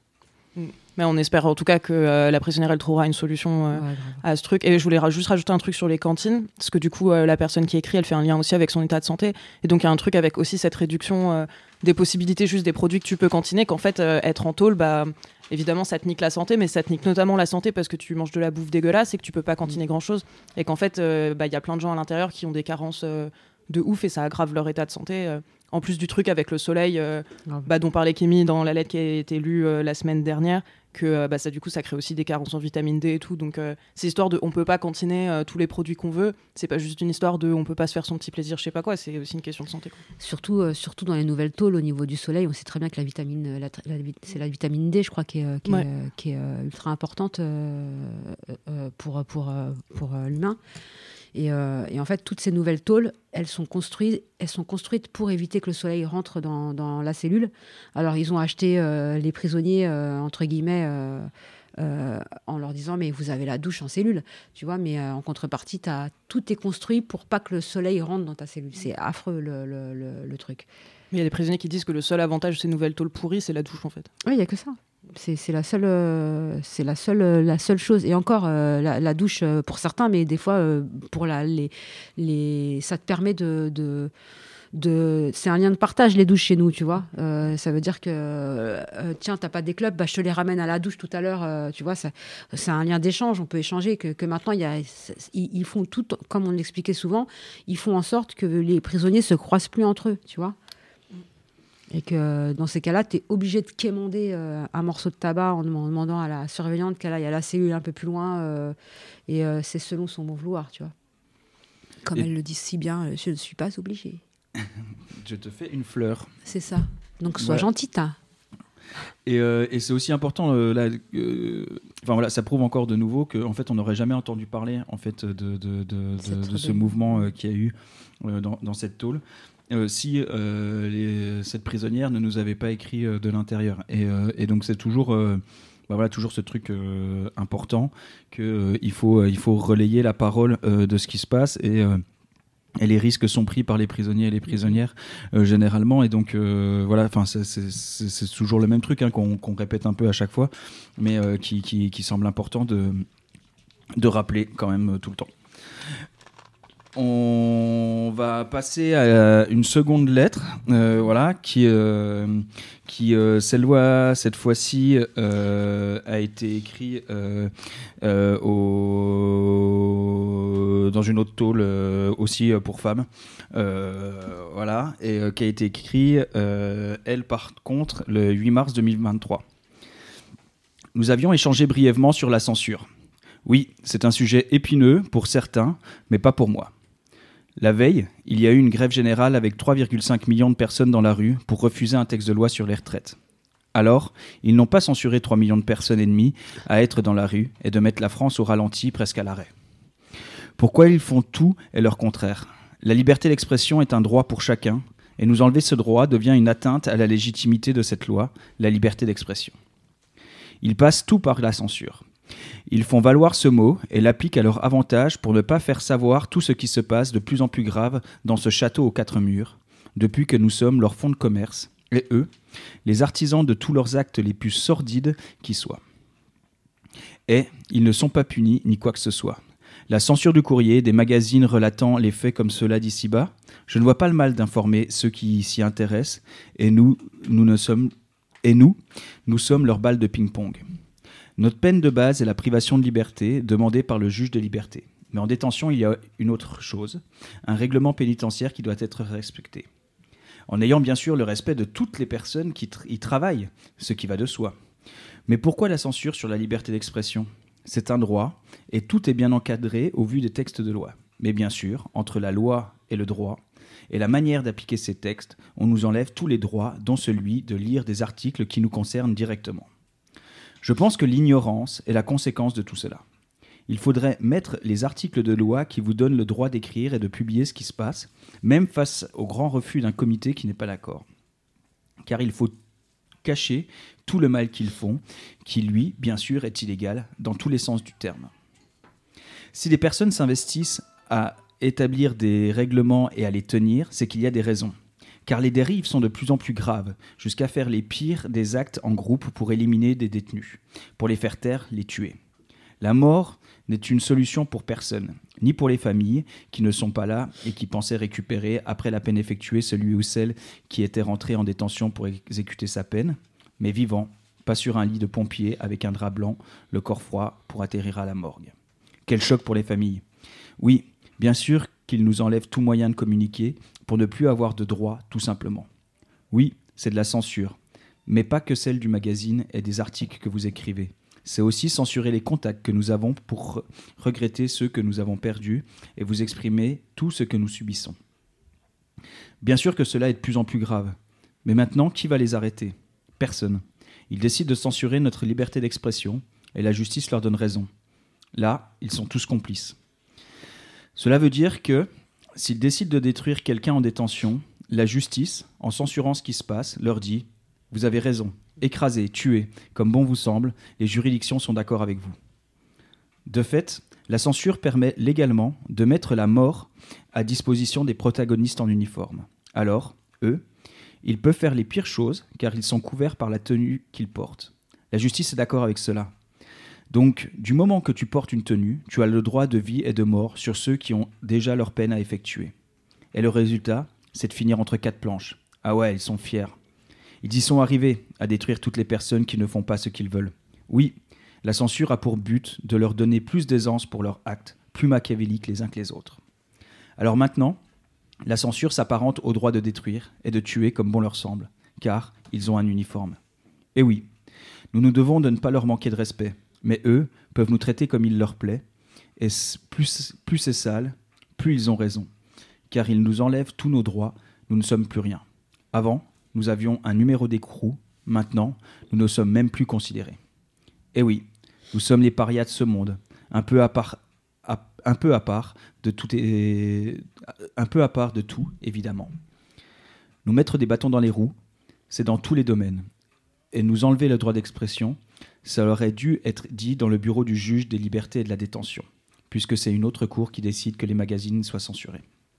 Mais on espère en tout cas que euh, la prisonnière, elle trouvera une solution euh, Ouais, grave. à ce truc. Et je voulais ra- juste rajouter un truc sur les cantines, parce que du coup, euh, la personne qui écrit, elle fait un lien aussi avec son état de santé. Et donc, il y a un truc avec aussi cette réduction euh, des possibilités juste des produits que tu peux cantiner, qu'en fait, euh, être en tôle, bah, évidemment, ça te nique la santé, mais ça te nique notamment la santé parce que tu manges de la bouffe dégueulasse et que tu peux pas cantiner grand-chose. Et qu'en fait, euh, bah, il y a plein de gens à l'intérieur qui ont des carences euh, de ouf et ça aggrave leur état de santé. euh. En plus du truc avec le soleil, euh, Grave. bah, dont parlait Kémy dans la lettre qui a été lue euh, la semaine dernière, que euh, bah, ça du coup ça crée aussi des carences en vitamine D et tout. Donc euh, c'est histoire de on peut pas cantiner euh, tous les produits qu'on veut. C'est pas juste une histoire de on peut pas se faire son petit plaisir, je sais pas quoi. C'est aussi une question de santé, quoi. Surtout, euh, surtout dans les nouvelles tôles, au niveau du soleil, on sait très bien que la vitamine, la, la- c'est la vitamine D, je crois, qui est, euh, qui est, Ouais. euh, qui est, euh, ultra importante euh, euh, pour, pour, euh, pour euh, l'humain. Et, euh, et en fait, toutes ces nouvelles tôles, elles sont construites, elles sont construites pour éviter que le soleil rentre dans, dans la cellule. Alors, ils ont acheté euh, les prisonniers, euh, entre guillemets, euh, euh, en leur disant, mais vous avez la douche en cellule, tu vois, mais euh, en contrepartie, t'as, tout est construit pour pas que le soleil rentre dans ta cellule. C'est affreux, le, le, le, le truc. Mais il y a des prisonniers qui disent que le seul avantage de ces nouvelles tôles pourries, c'est la douche, en fait. Oui, il n'y a que ça. C'est, c'est, la, seule, euh, c'est la, seule, euh, la seule chose. Et encore, euh, la, la douche euh, pour certains, mais des fois, euh, pour la, les, les, ça te permet de, de, de... C'est un lien de partage, les douches chez nous, tu vois. Euh, ça veut dire que, euh, tiens, t'as pas des clubs, bah, je te les ramène à la douche tout à l'heure, euh, tu vois. Ça, c'est un lien d'échange, on peut échanger. Que, que maintenant, y a, ils, ils font tout, comme on l'expliquait souvent, ils font en sorte que les prisonniers se croisent plus entre eux, tu vois. Et que dans ces cas-là, tu es obligé de quémander euh, un morceau de tabac en, en demandant à la surveillante qu'elle aille à la cellule un peu plus loin. Euh, et euh, c'est selon son bon vouloir, tu vois. Comme et... elle le dit si bien, je ne suis pas obligée. Je te fais une fleur. C'est ça. Donc sois ouais. gentille, t'as. Et, euh, et c'est aussi important, euh, là, euh, enfin, voilà, ça prouve encore de nouveau qu'en fait, on n'aurait jamais entendu parler en fait, de, de, de, de, de ce mouvement euh, qu'il y a eu euh, dans, dans cette tôle. Euh, si euh, les, cette prisonnière ne nous avait pas écrit euh, de l'intérieur. Et, euh, et donc c'est toujours, euh, bah voilà, toujours ce truc euh, important qu'il euh, faut, euh, il faut relayer la parole euh, de ce qui se passe et, euh, et les risques sont pris par les prisonniers et les prisonnières euh, généralement. Et donc euh, voilà, c'est, c'est, c'est, c'est toujours le même truc hein, qu'on, qu'on répète un peu à chaque fois, mais euh, qui, qui, qui semble important de, de rappeler quand même euh, tout le temps. On va passer à une seconde lettre, euh, voilà, qui, euh, qui euh, cette loi, cette fois-ci, euh, a été écrite euh, euh, au... dans une autre tôle euh, aussi pour femmes, euh, voilà, et euh, qui a été écrite, euh, elle par contre, le huit mars deux mille vingt-trois. Nous avions échangé brièvement sur la censure. Oui, c'est un sujet épineux pour certains, mais pas pour moi. La veille, il y a eu une grève générale avec trois virgule cinq millions de personnes dans la rue pour refuser un texte de loi sur les retraites. Alors, ils n'ont pas censuré trois millions de personnes et demie à être dans la rue et de mettre la France au ralenti, presque à l'arrêt. Pourquoi ils font tout et leur contraire ? La liberté d'expression est un droit pour chacun, et nous enlever ce droit devient une atteinte à la légitimité de cette loi, la liberté d'expression. Ils passent tout par la censure. Ils font valoir ce mot et l'appliquent à leur avantage pour ne pas faire savoir tout ce qui se passe de plus en plus grave dans ce château aux quatre murs, depuis que nous sommes leur fonds de commerce, et eux, les artisans de tous leurs actes les plus sordides qui soient. Et ils ne sont pas punis ni quoi que ce soit. La censure du courrier, des magazines relatant les faits comme ceux-là d'ici-bas, je ne vois pas le mal d'informer ceux qui s'y intéressent, et nous, nous ne sommes, et nous, nous sommes leur balle de ping-pong. Notre peine de base est la privation de liberté demandée par le juge de liberté. Mais en détention, il y a une autre chose, un règlement pénitentiaire qui doit être respecté. En ayant bien sûr le respect de toutes les personnes qui y travaillent, ce qui va de soi. Mais pourquoi la censure sur la liberté d'expression ? C'est un droit, et tout est bien encadré au vu des textes de loi. Mais bien sûr, entre la loi et le droit, et la manière d'appliquer ces textes, on nous enlève tous les droits, dont celui de lire des articles qui nous concernent directement. Je pense que l'ignorance est la conséquence de tout cela. Il faudrait mettre les articles de loi qui vous donnent le droit d'écrire et de publier ce qui se passe, même face au grand refus d'un comité qui n'est pas d'accord. Car il faut cacher tout le mal qu'ils font, qui, lui, bien sûr, est illégal dans tous les sens du terme. Si des personnes s'investissent à établir des règlements et à les tenir, c'est qu'il y a des raisons. Car les dérives sont de plus en plus graves, jusqu'à faire les pires des actes en groupe pour éliminer des détenus, pour les faire taire, les tuer. La mort n'est une solution pour personne, ni pour les familles qui ne sont pas là et qui pensaient récupérer, après la peine effectuée, celui ou celle qui était rentré en détention pour exécuter sa peine, mais vivant, pas sur un lit de pompier avec un drap blanc, le corps froid pour atterrir à la morgue. Quel choc pour les familles. Oui, bien sûr qu'ils nous enlèvent tout moyen de communiquer pour ne plus avoir de droit, tout simplement. Oui, c'est de la censure, mais pas que celle du magazine et des articles que vous écrivez. C'est aussi censurer les contacts que nous avons pour regretter ceux que nous avons perdus et vous exprimer tout ce que nous subissons. Bien sûr que cela est de plus en plus grave, mais maintenant, qui va les arrêter ? Personne. Ils décident de censurer notre liberté d'expression et la justice leur donne raison. Là, ils sont tous complices. Cela veut dire que s'ils décident de détruire quelqu'un en détention, la justice, en censurant ce qui se passe, leur dit « Vous avez raison, écrasez, tuez, comme bon vous semble, les juridictions sont d'accord avec vous. » De fait, la censure permet légalement de mettre la mort à disposition des protagonistes en uniforme. Alors, eux, ils peuvent faire les pires choses car ils sont couverts par la tenue qu'ils portent. La justice est d'accord avec cela. Donc, du moment que tu portes une tenue, tu as le droit de vie et de mort sur ceux qui ont déjà leur peine à effectuer. Et le résultat, c'est de finir entre quatre planches. Ah ouais, ils sont fiers. Ils y sont arrivés à détruire toutes les personnes qui ne font pas ce qu'ils veulent. Oui, la censure a pour but de leur donner plus d'aisance pour leurs actes, plus machiavéliques les uns que les autres. Alors maintenant, la censure s'apparente au droit de détruire et de tuer comme bon leur semble, car ils ont un uniforme. Et oui, nous nous devons de ne pas leur manquer de respect, mais eux peuvent nous traiter comme il leur plaît, et plus, plus c'est sale, plus ils ont raison, car ils nous enlèvent tous nos droits, nous ne sommes plus rien. Avant, nous avions un numéro d'écrou, maintenant, nous ne sommes même plus considérés. Et oui, nous sommes les parias de ce monde, un peu à part, à, un peu à part de tout, et, un peu à part de tout, évidemment. Nous mettre des bâtons dans les roues, c'est dans tous les domaines. Et nous enlever le droit d'expression, ça aurait dû être dit dans le bureau du juge des libertés et de la détention, puisque c'est une autre cour qui décide que les magazines soient censurés.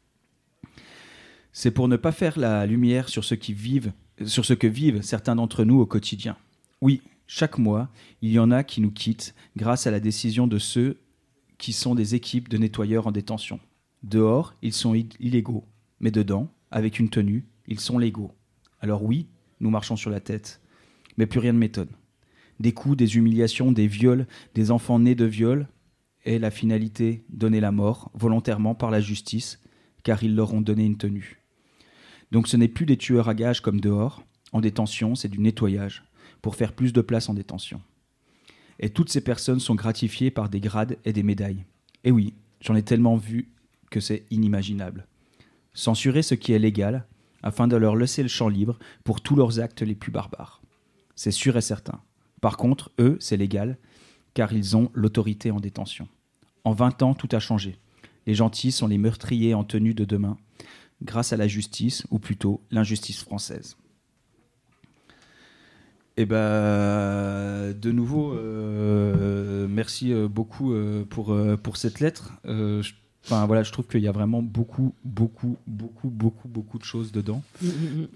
C'est pour ne pas faire la lumière sur ce, qui vivent, sur ce que vivent certains d'entre nous au quotidien. Oui, chaque mois, il y en a qui nous quittent grâce à la décision de ceux qui sont des équipes de nettoyeurs en détention. Dehors, ils sont illégaux, mais dedans, avec une tenue, ils sont légaux. Alors oui, nous marchons sur la tête, mais plus rien ne m'étonne. Des coups, des humiliations, des viols, des enfants nés de viols, et la finalité, donner la mort, volontairement par la justice, car ils leur ont donné une tenue. Donc ce n'est plus des tueurs à gages comme dehors, en détention, c'est du nettoyage, pour faire plus de place en détention. Et toutes ces personnes sont gratifiées par des grades et des médailles. Et oui, j'en ai tellement vu que c'est inimaginable. Censurer ce qui est légal, afin de leur laisser le champ libre pour tous leurs actes les plus barbares. C'est sûr et certain. Par contre, eux, c'est légal, car ils ont l'autorité en détention. En vingt ans, tout a changé. Les gentils sont les meurtriers en tenue de demain, grâce à la justice, ou plutôt l'injustice française. Et ben, de nouveau, euh, merci beaucoup pour, pour cette lettre. Euh, je, enfin, voilà, je trouve qu'il y a vraiment beaucoup, beaucoup, beaucoup, beaucoup, beaucoup de choses dedans. Mmh, mmh.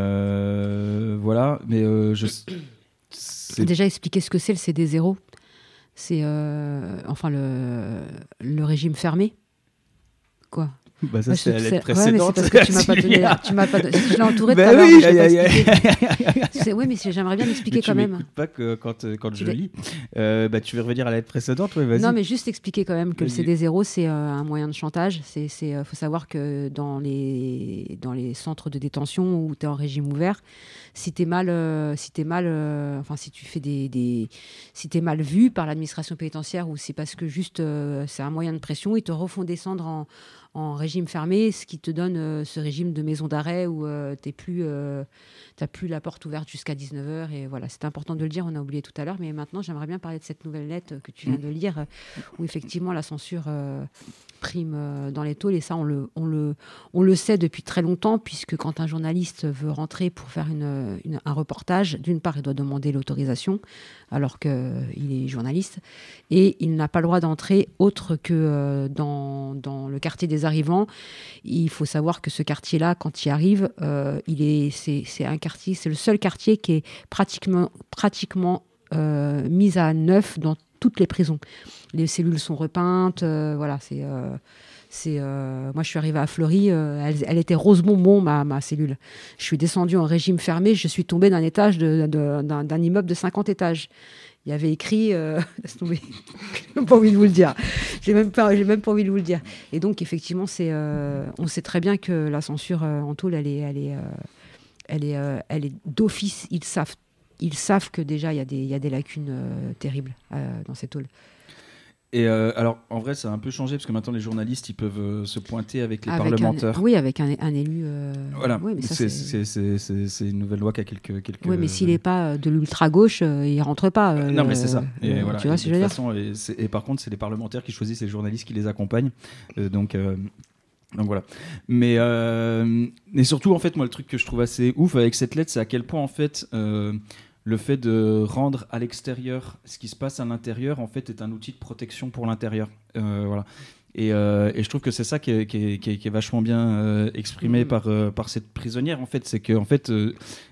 Euh, voilà, mais euh, je... C'est... Déjà expliquer ce que c'est le C D zéro. C'est euh, enfin le, le régime fermé. Quoi. Bah ça, ouais, c'est la lettre précédente. Ouais, mais c'est parce que tu m'as pas donné. La... Tu m'as pas donné... Je l'ai entouré bah tout à l'heure. Oui, je y a, y a, y a... Oui, mais j'aimerais bien l'expliquer quand même. Tu m'écoutes pas que quand, quand je lis. Euh, bah, tu veux revenir à la lettre précédente, ouais, vas-y. Non, mais juste expliquer quand même que vas-y. Le C D zéro, c'est euh, un moyen de chantage. Il euh, faut savoir que dans les, dans les centres de détention où tu es en régime ouvert, si tu es mal, euh, si t'es mal euh, enfin, si tu fais des, des si tu es mal vu par l'administration pénitentiaire ou c'est parce que juste euh, c'est un moyen de pression, ils te refont descendre en en régime fermé, ce qui te donne euh, ce régime de maison d'arrêt où euh, tu n'as plus, euh, plus la porte ouverte jusqu'à dix-neuf heures. Et voilà, c'est important de le dire, on a oublié tout à l'heure. Mais maintenant, j'aimerais bien parler de cette nouvelle lettre que tu viens de lire, où effectivement la censure euh, prime euh, dans les tôles. Et ça, on le, on, le, on le sait depuis très longtemps, puisque quand un journaliste veut rentrer pour faire une, une, un reportage, d'une part, il doit demander l'autorisation, alors qu'il est journaliste. Et il n'a pas le droit d'entrer autre que euh, dans, dans le quartier des arrivants. Il faut savoir que ce quartier-là, quand il arrive, euh, il est, c'est, c'est un quartier, c'est le seul quartier qui est pratiquement, pratiquement euh, mis à neuf dans toutes les prisons. Les cellules sont repeintes, euh, voilà, c'est... Euh, C'est, euh, moi, je suis arrivée à Fleury, euh, elle, elle était rose bonbon, ma, ma cellule. Je suis descendue en régime fermé, je suis tombée d'un étage de, de, d'un, d'un immeuble de cinquante étages. Il y avait écrit, euh, laisse tomber, j'ai même pas envie de vous le dire. J'ai même pas, j'ai même pas envie de vous le dire. Et donc, effectivement, c'est, euh, on sait très bien que la censure euh, en tôle, elle est, elle est, euh, elle est, euh, elle est d'office. Ils savent, ils savent que déjà il y a des, il y a des lacunes euh, terribles euh, dans ces tôles. Et euh, alors, en vrai, ça a un peu changé parce que maintenant les journalistes ils peuvent euh, se pointer avec les Avec parlementaires. un, oui, avec un, un élu. Euh... Voilà, oui, mais ça, c'est, c'est... c'est, c'est, c'est, c'est une nouvelle loi qui a quelques. quelques... Oui, mais s'il n'est pas de l'ultra-gauche, euh, il ne rentre pas. Euh, non, mais c'est ça. Et, euh, voilà. Tu vois et ce que je veux dire façon, et, c'est, et par contre, c'est les parlementaires qui choisissent les journalistes qui les accompagnent. Euh, donc. Euh, Donc voilà. Mais, euh, mais surtout, en fait, moi, le truc que je trouve assez ouf avec cette lettre, c'est à quel point, en fait, euh, le fait de rendre à l'extérieur ce qui se passe à l'intérieur, en fait, est un outil de protection pour l'intérieur. Euh, voilà. Et, euh, et je trouve que c'est ça qui est, qui est, qui est, qui est vachement bien euh, exprimé mmh. par, euh, par cette prisonnière, en fait. C'est que, en fait, euh,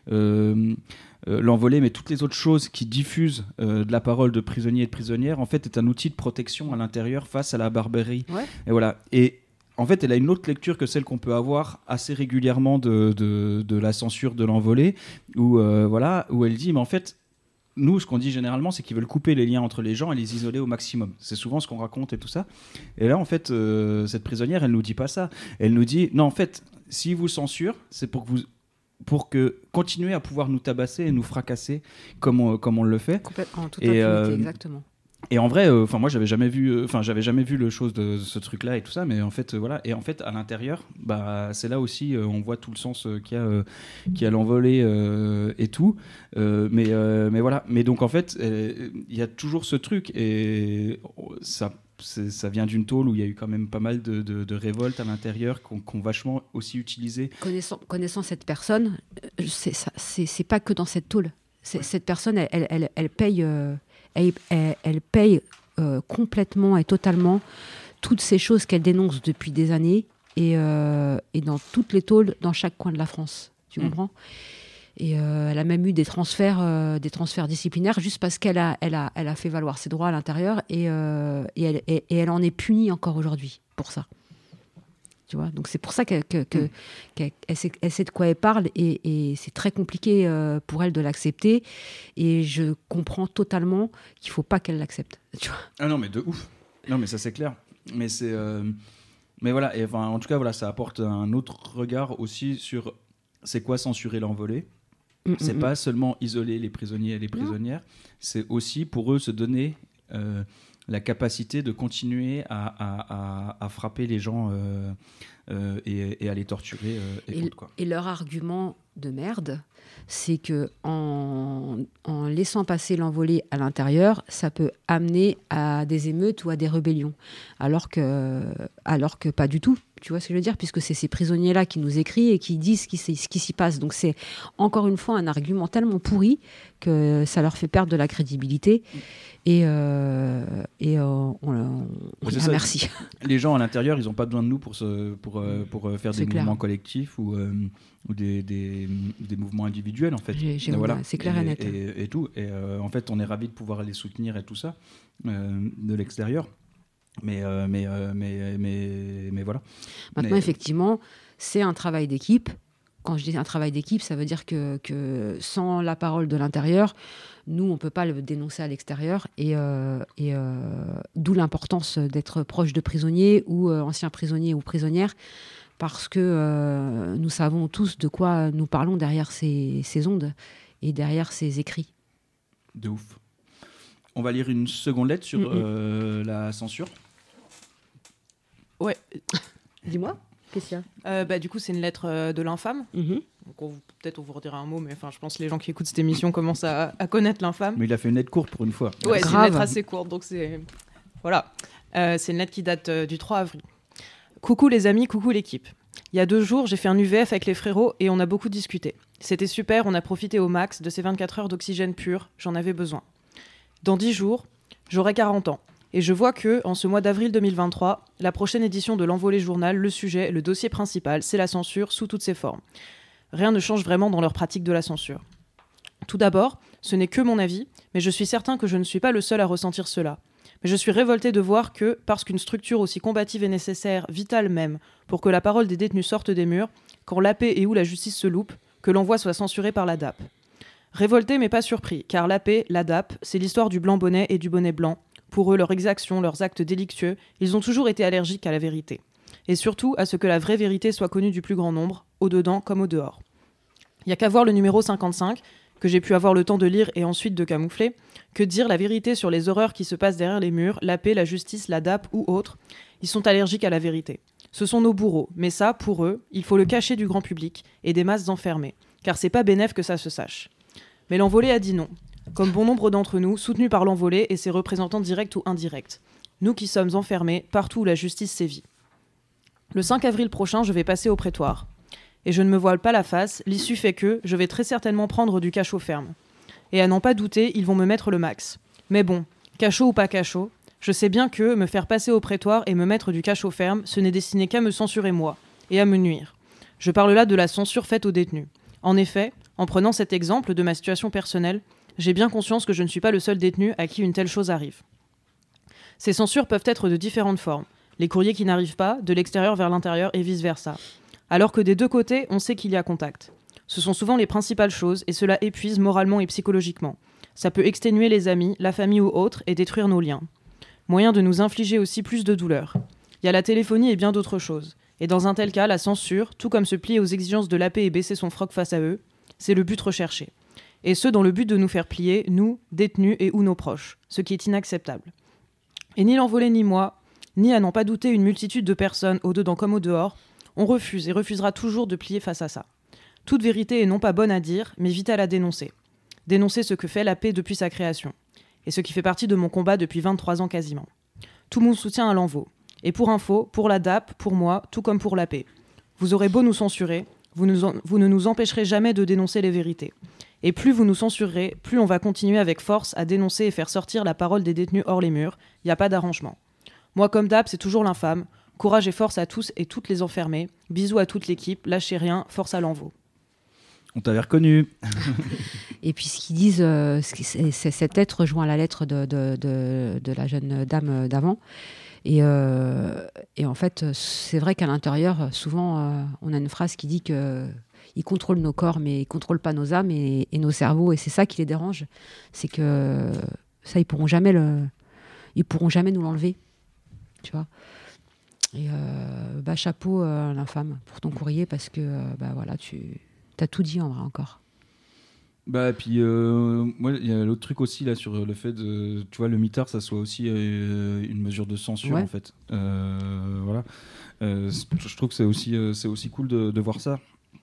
euh, euh, l'envolée, mais toutes les autres choses qui diffusent euh, de la parole de prisonniers et de prisonnières, en fait, est un outil de protection à l'intérieur face à la barbarie. Ouais. Et voilà. Et en fait, elle a une autre lecture que celle qu'on peut avoir assez régulièrement de, de, de la censure de l'envolée, où, euh, voilà, où elle dit, mais en fait, nous, ce qu'on dit généralement, c'est qu'ils veulent couper les liens entre les gens et les isoler au maximum. C'est souvent ce qu'on raconte et tout ça. Et là, en fait, euh, cette prisonnière, elle nous dit pas ça. Elle nous dit, non, en fait, s'ils vous censurent, c'est pour que vous... pour que continuer à pouvoir nous tabasser et nous fracasser comme on, comme on le fait. Complètement, en toute et, impunité, euh, exactement. Et en vrai, enfin euh, moi j'avais jamais vu, enfin euh, j'avais jamais vu le chose de, de ce truc-là et tout ça, mais en fait euh, voilà. Et en fait à l'intérieur, bah c'est là aussi euh, on voit tout le sens euh, qu'il y a, euh, qu'il y a l'envolée euh, et tout. Euh, mais euh, mais voilà. Mais donc en fait il euh, y a toujours ce truc et ça. C'est, ça vient d'une tôle où il y a eu quand même pas mal de, de, de révoltes à l'intérieur qu'on, qu'on vachement aussi utilisé. Connaissant, connaissant cette personne, c'est, ça, c'est, c'est pas que dans cette tôle. C'est, ouais. Cette personne, elle, elle, elle, elle paye, euh, elle, elle, elle paye euh, complètement et totalement toutes ces choses qu'elle dénonce depuis des années et, euh, et dans toutes les tôles, dans chaque coin de la France. Tu mmh. comprends ? Et euh, elle a même eu des transferts, euh, des transferts disciplinaires juste parce qu'elle a, elle a, elle a fait valoir ses droits à l'intérieur et, euh, et, elle, et, et elle en est punie encore aujourd'hui pour ça. Tu vois, donc c'est pour ça qu'elle, que, que, mmh. qu'elle elle sait, elle sait de quoi elle parle et, et c'est très compliqué euh, pour elle de l'accepter. Et je comprends totalement qu'il ne faut pas qu'elle l'accepte. Tu vois. Ah non, mais de ouf. Non, mais ça c'est clair. Mais c'est, euh... mais voilà. Et enfin, en tout cas, voilà, ça apporte un autre regard aussi sur c'est quoi censurer l'envolée. Mmh, c'est mmh. pas seulement isoler les prisonniers et les prisonnières, non. C'est aussi pour eux se donner euh, la capacité de continuer à, à, à, à frapper les gens euh, euh, et, et à les torturer. Euh, et, et, autres, quoi. Et leur argument de merde, c'est que en, en laissant passer l'envolée à l'intérieur, ça peut amener à des émeutes ou à des rébellions, alors que, alors que pas du tout. Tu vois ce que je veux dire ? Puisque c'est ces prisonniers-là qui nous écrivent et qui disent ce qui, ce qui s'y passe. Donc c'est encore une fois un argument tellement pourri que ça leur fait perdre de la crédibilité. Et, euh, et euh, on, on, on les remercie. Les gens à l'intérieur, ils n'ont pas besoin de nous pour, se, pour, pour faire c'est des clair. mouvements collectifs ou, euh, ou des, des, des mouvements individuels, en fait. J'ai, j'ai voilà. C'est clair et, et net. Et, et tout. Et euh, en fait, on est ravis de pouvoir les soutenir et tout ça euh, de l'extérieur. Mais, euh, mais, euh, mais, mais, mais voilà. Maintenant, mais... effectivement, c'est un travail d'équipe. Quand je dis un travail d'équipe, ça veut dire que, que sans la parole de l'intérieur, nous, on ne peut pas le dénoncer à l'extérieur. Et, euh, et euh, d'où l'importance d'être proche de prisonniers ou euh, anciens prisonniers ou prisonnières, parce que euh, nous savons tous de quoi nous parlons derrière ces, ces ondes et derrière ces écrits. De ouf. On va lire une seconde lettre sur mmh. euh, la censure. Ouais. Dis-moi, qu'est-ce qu'il y a euh, bah, Du coup, c'est une lettre euh, de l'infâme. Mmh. Donc on, peut-être on vous redira un mot, mais je pense que les gens qui écoutent cette émission commencent à, à connaître l'infâme. Mais il a fait une lettre courte pour une fois. Ouais, Grave. C'est une lettre assez courte. Donc c'est... Voilà. Euh, c'est une lettre qui date euh, du trois avril. Coucou les amis, coucou l'équipe. Il y a deux jours, j'ai fait un U V F avec les frérots et on a beaucoup discuté. C'était super, on a profité au max de ces vingt-quatre heures d'oxygène pur. J'en avais besoin. Dans dix jours, j'aurai quarante ans. Et je vois que, en ce mois d'avril deux mille vingt-trois, la prochaine édition de l'Envolée Journal, le sujet, le dossier principal, c'est la censure sous toutes ses formes. Rien ne change vraiment dans leur pratique de la censure. Tout d'abord, ce n'est que mon avis, mais je suis certain que je ne suis pas le seul à ressentir cela. Mais je suis révolté de voir que, parce qu'une structure aussi combative est nécessaire, vitale même, pour que la parole des détenus sorte des murs, quand la paix et où la justice se loupe, que l'envoi soit censuré par la D A P. Révolté mais pas surpris, car la paix, la D A P, c'est l'histoire du blanc bonnet et du bonnet blanc. Pour eux, leurs exactions, leurs actes délictueux, ils ont toujours été allergiques à la vérité. Et surtout à ce que la vraie vérité soit connue du plus grand nombre, au dedans comme au dehors. Il n'y a qu'à voir le numéro cinquante-cinq, que j'ai pu avoir le temps de lire et ensuite de camoufler, que dire la vérité sur les horreurs qui se passent derrière les murs, la paix, la justice, la D A P ou autres. Ils sont allergiques à la vérité. Ce sont nos bourreaux, mais ça, pour eux, il faut le cacher du grand public et des masses enfermées, car c'est pas bénef que ça se sache. Mais l'Envolée a dit non, comme bon nombre d'entre nous, soutenus par l'Envolée et ses représentants directs ou indirects. Nous qui sommes enfermés partout où la justice sévit. Le cinq avril prochain, je vais passer au prétoire. Et je ne me voile pas la face, l'issue fait que je vais très certainement prendre du cachot ferme. Et à n'en pas douter, ils vont me mettre le max. Mais bon, cachot ou pas cachot, je sais bien que me faire passer au prétoire et me mettre du cachot ferme, ce n'est destiné qu'à me censurer moi, et à me nuire. Je parle là de la censure faite aux détenus. En effet, en prenant cet exemple de ma situation personnelle, j'ai bien conscience que je ne suis pas le seul détenu à qui une telle chose arrive. Ces censures peuvent être de différentes formes. Les courriers qui n'arrivent pas, de l'extérieur vers l'intérieur et vice-versa. Alors que des deux côtés, on sait qu'il y a contact. Ce sont souvent les principales choses et cela épuise moralement et psychologiquement. Ça peut exténuer les amis, la famille ou autres et détruire nos liens. Moyen de nous infliger aussi plus de douleur. Il y a la téléphonie et bien d'autres choses. Et dans un tel cas, la censure, tout comme se plier aux exigences de l'A P et baisser son froc face à eux, c'est le but recherché. Et ce, dans le but de nous faire plier, nous, détenus et ou nos proches, ce qui est inacceptable. Et ni l'Envolée ni moi, ni à n'en pas douter une multitude de personnes, au-dedans comme au-dehors, on refuse et refusera toujours de plier face à ça. Toute vérité est non pas bonne à dire, mais vitale à dénoncer. Dénoncer ce que fait la paix depuis sa création. Et ce qui fait partie de mon combat depuis vingt-trois ans quasiment. Tout mon soutien à l'Envo. Et pour info, pour la D A P, pour moi, tout comme pour la paix. Vous aurez beau nous censurer, vous, nous en, vous ne nous empêcherez jamais de dénoncer les vérités. Et plus vous nous censurerez, plus on va continuer avec force à dénoncer et faire sortir la parole des détenus hors les murs. Il n'y a pas d'arrangement. Moi, comme D A P, c'est toujours l'infâme. Courage et force à tous et toutes les enfermés. Bisous à toute l'équipe. Lâchez rien. Force à l'Envo. On t'avait reconnu. Et puis ce qu'ils disent, euh, c'est, c'est cette lettre rejoint la lettre de, de, de, de la jeune dame d'avant. Et, euh, et en fait, c'est vrai qu'à l'intérieur, souvent, euh, on a une phrase qui dit que ils contrôlent nos corps, mais ils contrôlent pas nos âmes et, et nos cerveaux. Et c'est ça qui les dérange. C'est que ça, ils pourront jamais le, ils pourront jamais nous l'enlever. Tu vois. Et euh, bah, chapeau à euh, l'infâme pour ton courrier parce que euh, bah, voilà, tu as tout dit en vrai encore. Bah, puis euh, moi, il y a l'autre truc aussi là sur le fait de, tu vois, le mitard, ça soit aussi euh, une mesure de censure, ouais. En fait. Euh, voilà. Euh, je trouve que c'est aussi, euh, c'est aussi cool de, de voir ça.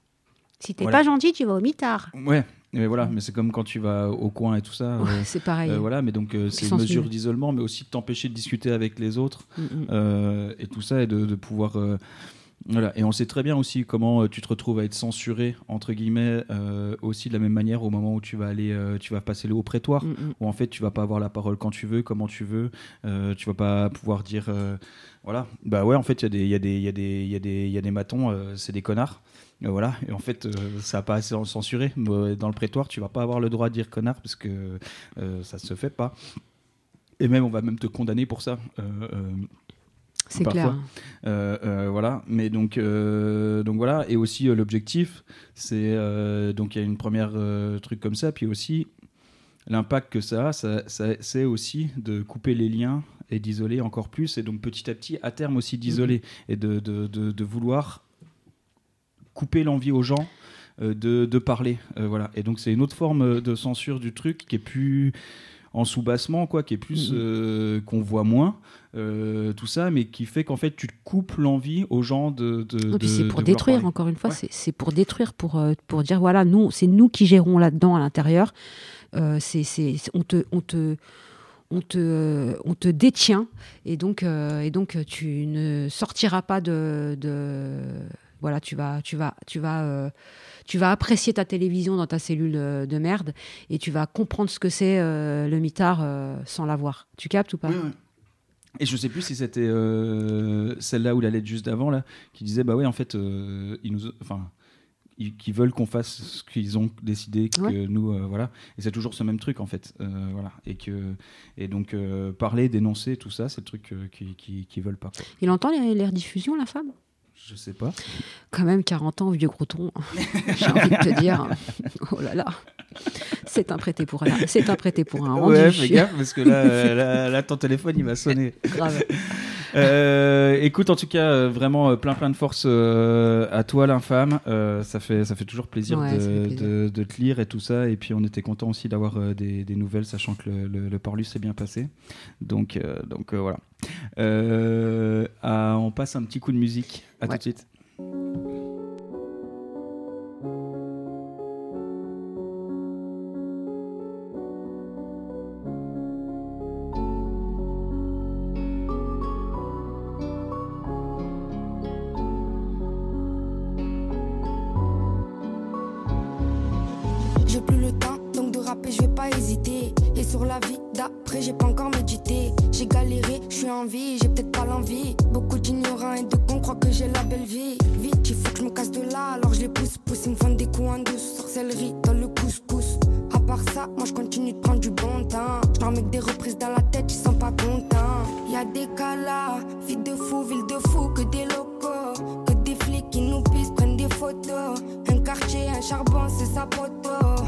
Si t'es voilà. pas gentil, tu vas au mitard. Ouais. Mais voilà, mais c'est comme quand tu vas au coin et tout ça. Ouais, euh, c'est pareil. Euh, voilà, mais donc euh, c'est une mesure d'isolement, mais aussi de t'empêcher de discuter avec les autres mm-hmm. euh, et tout ça, et de, de pouvoir. Euh, voilà. Et on sait très bien aussi comment euh, tu te retrouves à être censuré entre guillemets euh, aussi de la même manière au moment où tu vas aller, euh, tu vas passer le haut prétoire, mm-hmm. où en fait tu vas pas avoir la parole quand tu veux, comment tu veux, euh, tu vas pas pouvoir dire. Euh, voilà, bah ouais, en fait il y a des, il y a des, il y a des, il y a des, il y a des matons, euh, c'est des connards. Euh, voilà, et en fait, euh, ça n'a pas assez censuré. Dans le prétoire, tu vas pas avoir le droit de dire connard parce que euh, ça se fait pas. Et même, on va même te condamner pour ça. Euh, euh, C'est parfois. clair. Euh, euh, voilà, mais donc, euh, donc voilà. Et aussi, euh, l'objectif, c'est. Euh, donc, il y a une première euh, truc comme ça. Puis aussi, l'impact que ça a, ça, ça, c'est aussi de couper les liens et d'isoler encore plus. Et donc, petit à petit, à terme aussi, d'isoler mmh. et de, de, de, de vouloir. Couper l'envie aux gens euh, de, de parler, euh, voilà. Et donc c'est une autre forme de censure du truc qui est plus en sous-bassement, quoi, qui est plus euh, qu'on voit moins, euh, tout ça, mais qui fait qu'en fait tu coupes l'envie aux gens de. de, non, de c'est pour de détruire encore une fois, ouais. c'est, c'est pour détruire, pour euh, pour dire voilà, nous, c'est nous qui gérons là-dedans à l'intérieur. Euh, c'est, c'est, on te, on te On te, euh, on te détient et donc, euh, et donc tu ne sortiras pas de, de voilà, tu vas, tu vas, tu vas, euh, tu vas apprécier ta télévision dans ta cellule de, de merde et tu vas comprendre ce que c'est euh, le mitard euh, sans l'avoir. Tu captes ou pas ? Oui, oui. Et je sais plus si c'était euh, celle-là ou la lettre juste d'avant là qui disait bah ouais en fait euh, ils nous, enfin. qui veulent qu'on fasse ce qu'ils ont décidé que ouais. nous euh, voilà, et c'est toujours ce même truc en fait, euh, voilà, et que et donc euh, parler, dénoncer, tout ça, c'est le truc euh, qui, qui qui veulent pas, quoi. Il entend les, les rediffusions, la femme ? Je sais pas. Quand même quarante ans, vieux croton. J'ai envie de te dire. Oh là là. C'est un prêté pour un, c'est un prêté pour un rendu. Ouais, fais gaffe parce que là, là, là, ton téléphone il va sonner. Grave. Euh, écoute, en tout cas, euh, vraiment euh, plein plein de force euh, à toi, l'infâme. Euh, ça fait ça fait toujours plaisir, Ouais, de, ça fait plaisir. De, de te lire et tout ça. Et puis on était content aussi d'avoir euh, des, des nouvelles, sachant que le, le, le Parlus s'est bien passé. Donc euh, donc euh, voilà. Euh, à- on passe un petit coup de musique. À Ouais. tout de suite. J'ai plus le temps, donc de rapper, je vais pas hésiter. Et sur la vie d'après, j'ai pas encore médité. J'ai galéré, je suis en vie, j'ai peut-être pas l'envie. Beaucoup d'ignorants et de cons croient que j'ai la belle vie. Vite, il faut que je me casse de là, alors je les pousse, pousse. Ils me font des coups en douce, sorcellerie dans le couscous. À part ça, moi je continue de prendre du bon temps. Je leur mets que des reprises dans la tête, ils sont pas contents. Y'a des cas là, vie de fou, ville de fou, que des locaux. Que des flics qui nous pissent, prennent des photos. Un quartier, un charbon, c'est sa poteau.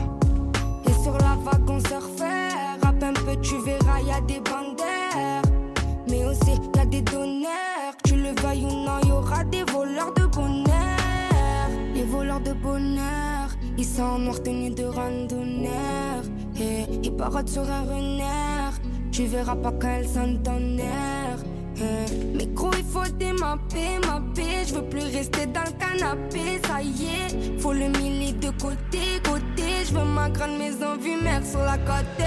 Et sur la vague on surfait, rappe un peu, tu verras, y'a des bandaires. Mais aussi, y'a des donneurs, que tu le veuilles ou non, y'aura des voleurs de bonheur. Les voleurs de bonheur, ils sont en noir tenue de randonneur. Et ils parodent sur un renard, tu verras pas quand elles sont ton air. Eh, mais gros, il faut démapper, mapper. Je veux plus rester dans le canapé, ça y est. Faut le milli de côté, côté. Je veux ma grande maison vue mer sur la côte.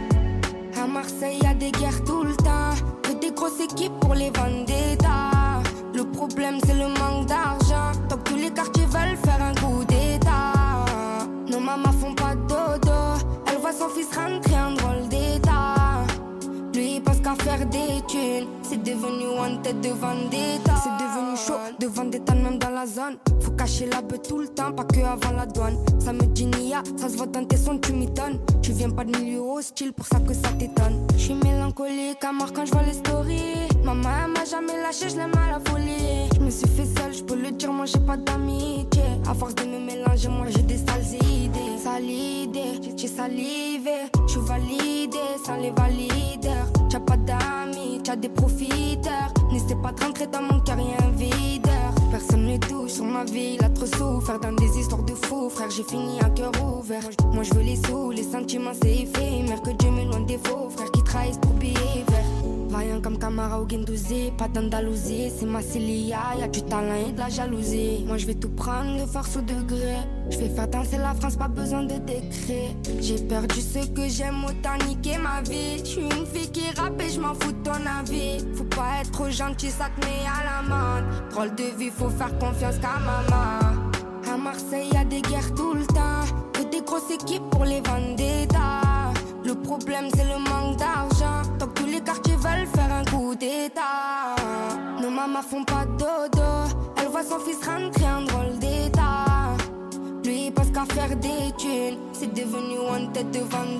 À Marseille, y'a des guerres tout le temps. Que des grosses équipes pour les vendettas. Le problème, c'est le manque d'argent. Donc tous les quartiers veulent faire un coup d'état. Nos mamans font pas de dodo. Elle voit son fils rentrer en drôle d'état. Lui, il pense qu'à faire des thunes. C'est devenu one tête de vendetta. C'est devenu chaud de vendetta même dans la zone. Faut cacher la beuh tout le temps, pas que avant la douane. Ça me dit Nia, ça se voit dans tes sons, tu m'étonnes. Tu viens pas de milieu hostile, pour ça que ça t'étonne. J'suis mélancolique à mort quand j'vois les stories. Maman m'a jamais lâché, j'l'aime à la folie. J'me suis fait seule, j'peux le dire, moi j'ai pas d'amitié. À force de me mélanger, moi j'ai des sales idées. Sale idée, j'ai salivé. J'suis validé sans les valideurs. T'as pas d'amis, t'as des profiteurs. N'essaie pas de rentrer dans mon cœur, y'a un videur. Personne ne touche sur ma vie, il a trop souffert dans des histoires de fous. Frère, j'ai fini à cœur ouvert. Moi je veux les sous, les sentiments c'est éphémère. Que Dieu m'éloigne des faux frères qui trahissent pour billets verts. Vaillant comme Camara ou Guendouzi, pas d'Andalousie, c'est ma Célia, y'a du talent et de la jalousie. Moi je vais tout prendre de force au degré. Je vais faire danser la France, pas besoin de décret. J'ai perdu ce que j'aime, autant niquer ma vie. Je suis une fille qui rappe et je m'en fous de ton avis. Faut pas être trop gentil, ça te met à l'amende. Drôle de vie, faut faire confiance qu'à maman. À Marseille, y'a des guerres tout le temps. Que des grosses équipes pour les vendettas. Le problème, c'est le manque d'argent. Donc tous les quartiers veulent faire un coup d'état. Nos mamans font pas de dodo. Elle voit son fils rentrer en drôle d'état. Lui, il pense qu'à faire des thunes. C'est devenu one tête de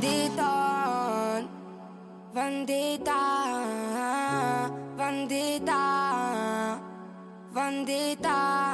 vendetta. Vendetta. Vendetta. Vendetta.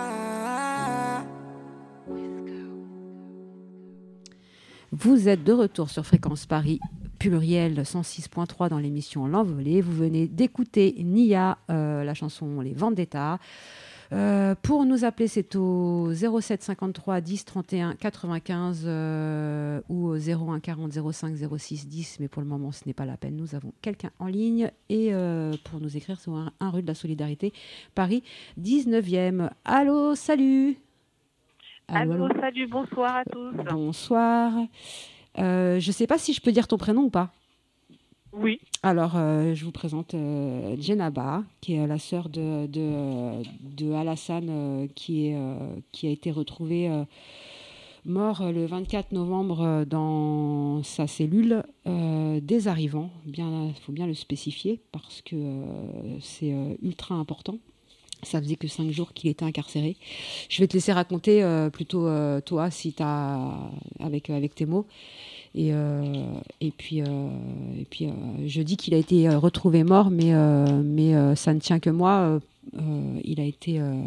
Vous êtes de retour sur Fréquence Paris pluriel cent six point trois dans l'émission L'Envolée. Vous venez d'écouter Nia, euh, la chanson Les Vendetta. Euh, pour nous appeler, c'est au zéro sept cinquante-trois dix trente et un quatre-vingt-quinze euh, ou au zéro un quarante zéro cinq zéro six dix, mais pour le moment ce n'est pas la peine, nous avons quelqu'un en ligne et euh, pour nous écrire c'est un, un rue de la Solidarité, Paris dix-neuvième. Allô, salut. Allô, allô, allô. salut, bonsoir à tous. Bonsoir. Euh, je ne sais pas si je peux dire ton prénom ou pas. Oui. Alors, euh, je vous présente euh, Djenaba, qui est la sœur de, de, de Alassane, euh, qui, est, euh, qui a été retrouvé euh, mort le vingt-quatre novembre euh, dans sa cellule euh, des arrivants. Il faut bien le spécifier parce que euh, c'est euh, ultra important. Ça faisait que cinq jours qu'il était incarcéré. Je vais te laisser raconter euh, plutôt euh, toi, si t'as avec avec tes mots. Et euh, et puis euh, et puis euh, je dis qu'il a été euh, retrouvé mort, mais euh, mais euh, ça ne tient que moi. Euh, euh, il a été euh,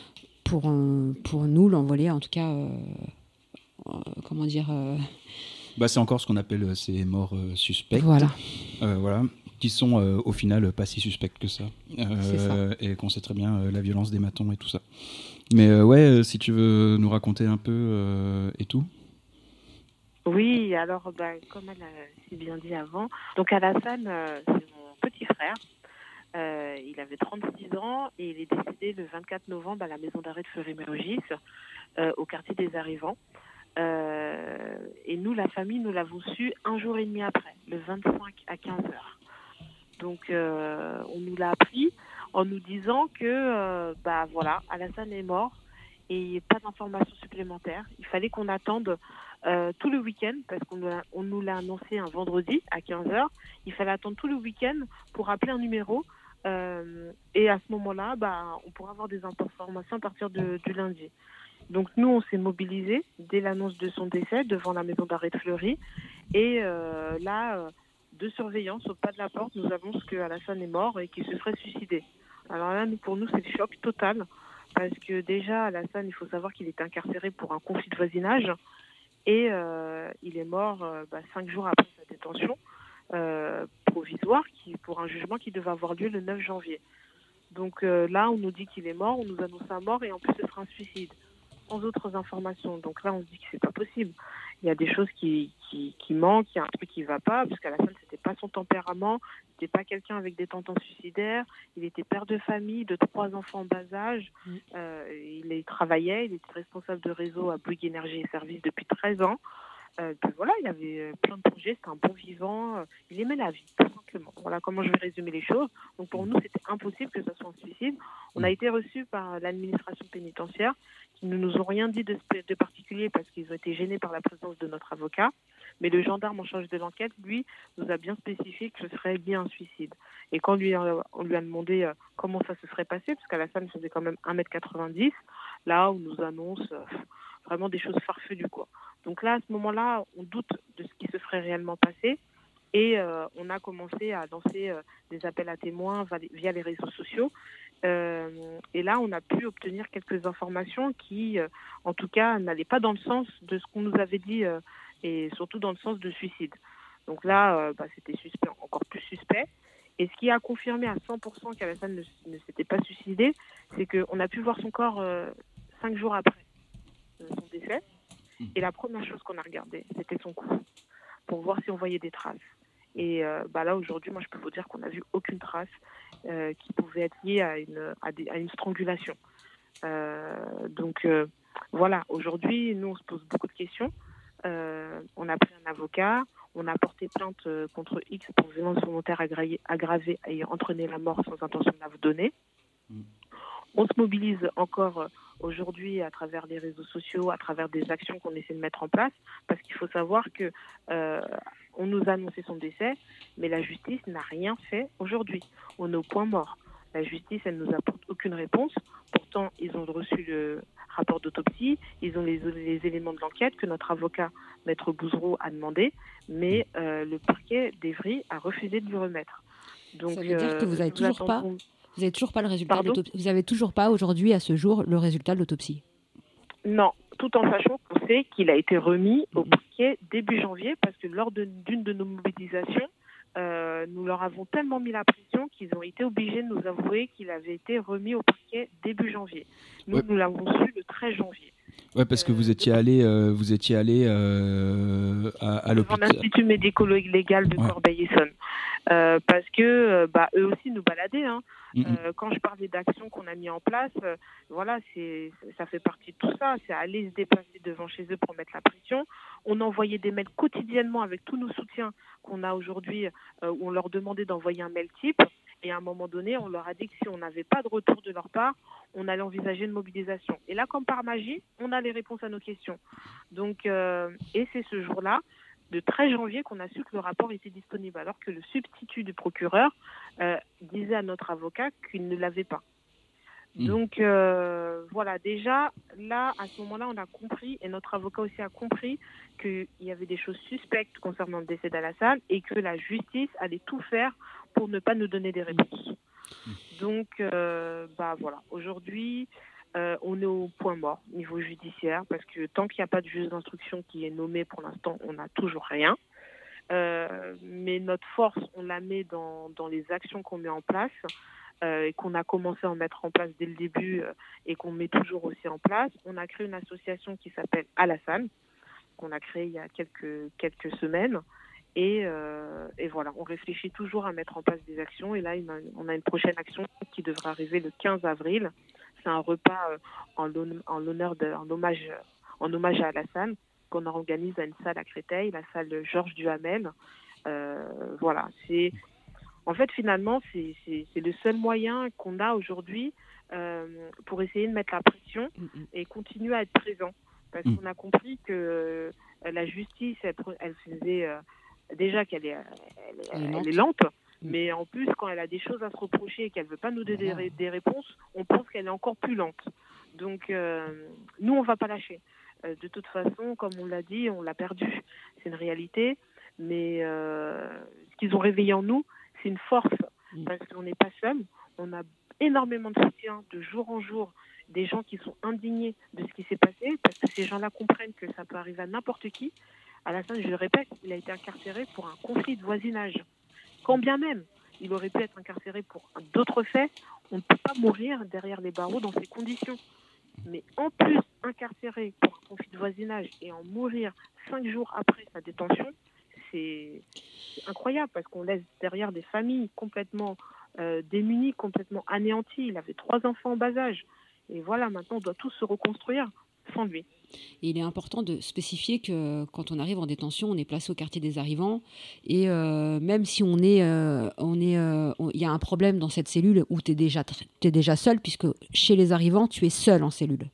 pour euh, pour nous l'envolé, en tout cas. Euh, euh, comment dire. Euh, Bah, c'est encore ce qu'on appelle euh, ces morts euh, suspectes. Voilà. Euh, voilà. Qui sont euh, au final pas si suspectes que ça. Euh, C'est ça. Et qu'on sait très bien euh, la violence des matons et tout ça. Mais euh, ouais, euh, si tu veux nous raconter un peu euh, et tout. Oui, alors, bah, comme elle a si bien dit avant, donc Alassane, euh, c'est mon petit frère. Euh, il avait trente-six ans et il est décédé le vingt-quatre novembre à la maison d'arrêt de Fleury-Mérogis, euh, au quartier des Arrivants. Euh, et nous, la famille, nous l'avons su un jour et demi après, le vingt-cinq à quinze heures. Donc, euh, on nous l'a appris en nous disant que, euh, bah voilà, Alassane est mort et pas d'informations supplémentaires. Il fallait qu'on attende euh, tout le week-end, parce qu'on nous l'a, on nous l'a annoncé un vendredi à quinze heures. Il fallait attendre tout le week-end pour appeler un numéro. Euh, et à ce moment-là, bah, on pourra avoir des informations à partir de, du lundi. Donc nous, on s'est mobilisés dès l'annonce de son décès devant la maison d'arrêt de Fleury. Et euh, là, euh, de surveillance au pas de la porte, nous avons ce que Alassane est mort et qu'il se serait suicidé. Alors là, nous, pour nous, c'est le choc total. Parce que déjà, Alassane, il faut savoir qu'il est incarcéré pour un conflit de voisinage. Et euh, il est mort euh, bah, cinq jours après sa détention euh, provisoire qui, pour un jugement qui devait avoir lieu le neuf janvier. Donc euh, là, on nous dit qu'il est mort, on nous annonce sa mort et en plus, ce sera un suicide, sans autres informations. Donc là, on se dit que c'est pas possible. Il y a des choses qui, qui, qui manquent, il y a un truc qui va pas, parce qu'à la fin, c'était pas son tempérament, c'était pas quelqu'un avec des tendances suicidaires. Il était père de famille, de trois enfants en bas âge. Mmh. Euh, il, il travaillait, il était responsable de réseau à Bouygues Énergie et Services depuis treize ans. Euh, puis voilà, il avait plein de projets, c'était un bon vivant, il aimait la vie, tout simplement. Voilà comment je vais résumer les choses. Donc pour nous, c'était impossible que ce soit un suicide. On a été reçus par l'administration pénitentiaire, qui ne nous ont rien dit de, de particulier parce qu'ils ont été gênés par la présence de notre avocat. Mais le gendarme en charge de l'enquête, lui, nous a bien spécifié que ce serait bien un suicide. Et quand lui, on lui a demandé euh, comment ça se serait passé, parce qu'Alassane faisait quand même un mètre quatre-vingt-dix, là, on nous annonce euh, vraiment des choses farfelues, quoi. Donc là, à ce moment-là, on doute de ce qui se serait réellement passé et euh, on a commencé à lancer euh, des appels à témoins via les réseaux sociaux. Euh, et là, on a pu obtenir quelques informations qui, euh, en tout cas, n'allaient pas dans le sens de ce qu'on nous avait dit euh, et surtout dans le sens de suicide. Donc là, euh, bah, c'était suspect, encore plus suspect. Et ce qui a confirmé à cent pour cent qu'Alassane ne, ne s'était pas suicidé, c'est qu'on a pu voir son corps euh, cinq jours après euh, son décès. Et la première chose qu'on a regardée, c'était son cou, pour voir si on voyait des traces. Et euh, bah là, aujourd'hui, moi, je peux vous dire qu'on n'a vu aucune trace euh, qui pouvait être liée à une, à des, à une strangulation. Euh, donc, euh, voilà, aujourd'hui, nous, on se pose beaucoup de questions. Euh, on a pris un avocat, on a porté plainte euh, contre X pour violence volontaire aggravée, aggravée ayant entraîné la mort sans intention de la vous donner. Mmh. On se mobilise encore euh, aujourd'hui à travers les réseaux sociaux, à travers des actions qu'on essaie de mettre en place, parce qu'il faut savoir que euh, on nous a annoncé son décès, mais la justice n'a rien fait aujourd'hui. On est au point mort. La justice, elle ne nous apporte aucune réponse. Pourtant, ils ont reçu le rapport d'autopsie, ils ont les, les éléments de l'enquête que notre avocat, Maître Bouzereau, a demandé, mais euh, le parquet d'Evry a refusé de lui remettre. Donc, ça veut dire euh, que vous n'avez toujours pas... Vous n'avez toujours pas le résultat Pardon de l'autopsie. Vous n'avez toujours pas aujourd'hui, à ce jour, le résultat de l'autopsie. Non, tout en sachant qu'on sait qu'il a été remis au parquet début janvier, parce que lors de, d'une de nos mobilisations, euh, nous leur avons tellement mis la pression qu'ils ont été obligés de nous avouer qu'il avait été remis au parquet début janvier. Nous, ouais. nous l'avons su le treize janvier. Ouais, parce que vous étiez allé, euh, vous étiez allé euh, à, à l'hôpital. Devant l'Institut médico-légal de ouais. Corbeil-Essonnes. Euh, parce que euh, bah, eux aussi nous baladaient. Hein. Mm-hmm. Euh, quand je parlais d'actions qu'on a mis en place, euh, voilà, c'est, ça fait partie de tout ça. C'est aller se déplacer devant chez eux pour mettre la pression. On envoyait des mails quotidiennement avec tous nos soutiens qu'on a aujourd'hui, euh, où on leur demandait d'envoyer un mail type. Et à un moment donné, on leur a dit que si on n'avait pas de retour de leur part, on allait envisager une mobilisation. Et là, comme par magie, on a les réponses à nos questions. Donc, euh, et c'est ce jour-là, le treize janvier, qu'on a su que le rapport était disponible, alors que le substitut du procureur euh, disait à notre avocat qu'il ne l'avait pas. Mmh. Donc, euh, voilà, déjà, là, à ce moment-là, on a compris, et notre avocat aussi a compris, qu'il y avait des choses suspectes concernant le décès d'Alassane et que la justice allait tout faire pour ne pas nous donner des réponses. Mmh. Donc, euh, bah voilà, aujourd'hui, euh, on est au point mort niveau judiciaire parce que tant qu'il n'y a pas de juge d'instruction qui est nommé, pour l'instant, on n'a toujours rien. Euh, mais notre force, on la met dans, dans les actions qu'on met en place euh, et qu'on a commencé à en mettre en place dès le début euh, et qu'on met toujours aussi en place. On a créé une association qui s'appelle Alassane, qu'on a créée il y a quelques, quelques semaines. Et, euh, et voilà, on réfléchit toujours à mettre en place des actions. Et là, on a une prochaine action qui devrait arriver le quinze avril. C'est un repas euh, en, en l'honneur de, en hommage, en hommage à Alassane qu'on organise à une salle à Créteil, la salle Georges Duhamel. Euh, voilà, c'est en fait finalement c'est, c'est, c'est le seul moyen qu'on a aujourd'hui euh, pour essayer de mettre la pression et continuer à être présent. Parce mmh. qu'on a compris que euh, la justice, elle, elle faisait euh, déjà qu'elle est, elle, elle, elle, elle est lente, mmh. mais en plus, quand elle a des choses à se reprocher et qu'elle ne veut pas nous donner des, des réponses, on pense qu'elle est encore plus lente. Donc, euh, nous, on ne va pas lâcher. Euh, de toute façon, comme on l'a dit, on l'a perdu. C'est une réalité. Mais euh, ce qu'ils ont réveillé en nous, c'est une force. Mmh. Parce qu'on n'est pas seul. On a énormément de soutien de jour en jour. Des gens qui sont indignés de ce qui s'est passé, parce que ces gens-là comprennent que ça peut arriver à n'importe qui. Alassane, je le répète, il a été incarcéré pour un conflit de voisinage. Quand bien même il aurait pu être incarcéré pour d'autres faits, on ne peut pas mourir derrière les barreaux dans ces conditions. Mais en plus, incarcéré pour un conflit de voisinage et en mourir cinq jours après sa détention, c'est, c'est incroyable, parce qu'on laisse derrière des familles complètement euh, démunies, complètement anéanties. Il avait trois enfants en bas âge. Et voilà, maintenant, on doit tous se reconstruire sans lui. Et il est important de spécifier que quand on arrive en détention, on est placé au quartier des arrivants. Et euh, même si on est, euh, on est, euh, on, y a un problème dans cette cellule où tu es déjà, t'es déjà seul, puisque chez les arrivants, tu es seul en cellule.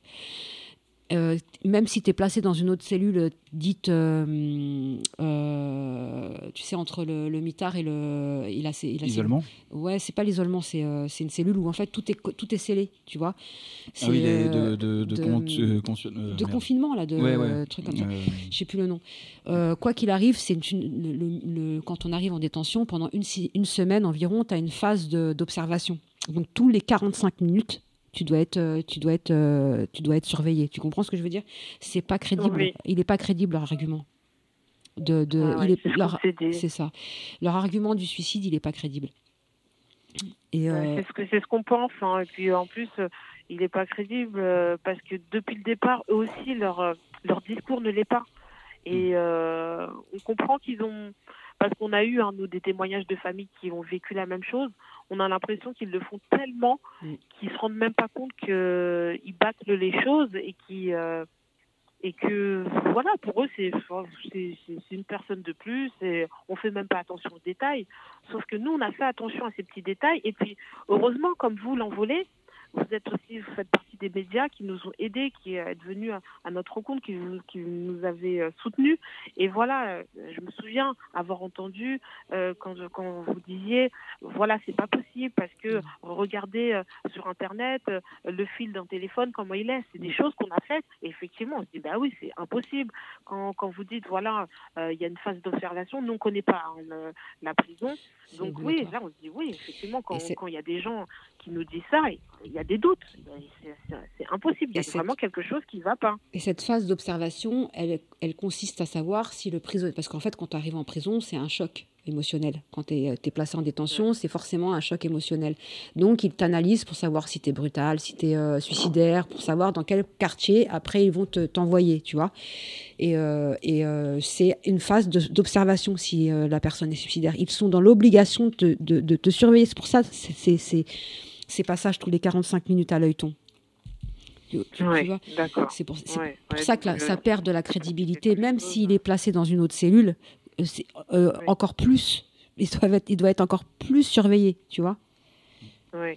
Euh, même si tu es placé dans une autre cellule dite, euh, euh, tu sais, entre le, le mitard et le... Et la, et la l'isolement cellule. Ouais, c'est pas l'isolement, c'est, euh, c'est une cellule où en fait tout est, tout est scellé, tu vois. C'est, ah oui, les, euh, de, de, de, de, con, euh, con, euh, de confinement, là, de ouais, ouais. euh, trucs comme ça. Euh... Je sais plus le nom. Euh, quoi qu'il arrive, c'est une, le, le, le, quand on arrive en détention, pendant une, une semaine environ, tu as une phase de, d'observation. Donc tous les quarante-cinq minutes, tu dois être, tu dois être, euh, tu dois être surveillé. Tu comprends ce que je veux dire ? C'est pas crédible. Oui. Il n'est pas crédible, leur argument. De, de, ah ouais, il est, c'est, leur, c'est, c'est ça. Leur argument du suicide, il n'est pas crédible. Et euh... ouais, c'est, ce que, c'est ce qu'on pense. Hein. Et puis en plus, euh, il n'est pas crédible euh, parce que depuis le départ, eux aussi, leur, euh, leur discours ne l'est pas. Et euh, on comprend qu'ils ont... Parce qu'on a eu hein, nous, des témoignages de familles qui ont vécu la même chose. On a l'impression qu'ils le font tellement mm. qu'ils ne se rendent même pas compte qu'ils battent les choses et, qui, euh, et que, voilà, pour eux, c'est, c'est, c'est une personne de plus. Et on ne fait même pas attention aux détails. Sauf que nous, on a fait attention à ces petits détails. Et puis, heureusement, comme vous, l'envolée, vous êtes aussi, vous faites partie des médias qui nous ont aidés, qui êtes venus à, à notre rencontre, qui, qui nous avez euh, soutenus. Et voilà, euh, je me souviens avoir entendu euh, quand, quand vous disiez, voilà, c'est pas possible parce que regardez euh, sur Internet euh, le fil d'un téléphone, comment il est. C'est des choses qu'on a faites. Et effectivement, on se dit, bah oui, c'est impossible. Quand, quand vous dites, voilà, il euh, y a une phase d'observation, nous on connaît pas hein, le, la prison. Donc oui, là on se dit, oui, effectivement, quand il y a des gens qui nous disent ça, il y a des doutes. C'est, c'est, c'est impossible. Il y a cette... vraiment quelque chose qui ne va pas. Et cette phase d'observation, elle, elle consiste à savoir si le prisonnier... Parce qu'en fait, quand tu arrives en prison, c'est un choc émotionnel. Quand tu es placé en détention, ouais. c'est forcément un choc émotionnel. Donc, ils t'analysent pour savoir si tu es brutal, si tu es euh, suicidaire, pour savoir dans quel quartier, après, ils vont te, t'envoyer, tu vois. Et, euh, et euh, c'est une phase de, d'observation si euh, la personne est suicidaire. Ils sont dans l'obligation de, de, de te surveiller. C'est pour ça, c'est... c'est, c'est ces passages tous les quarante-cinq minutes à l'œilleton. Tu, tu, ouais, tu vois d'accord. C'est pour, c'est ouais, pour ouais, ça que la, le... ça perd de la crédibilité, même s'il est placé dans une autre cellule, c'est euh, ouais. encore plus, il doit, être, il doit être encore plus surveillé, tu vois. Oui.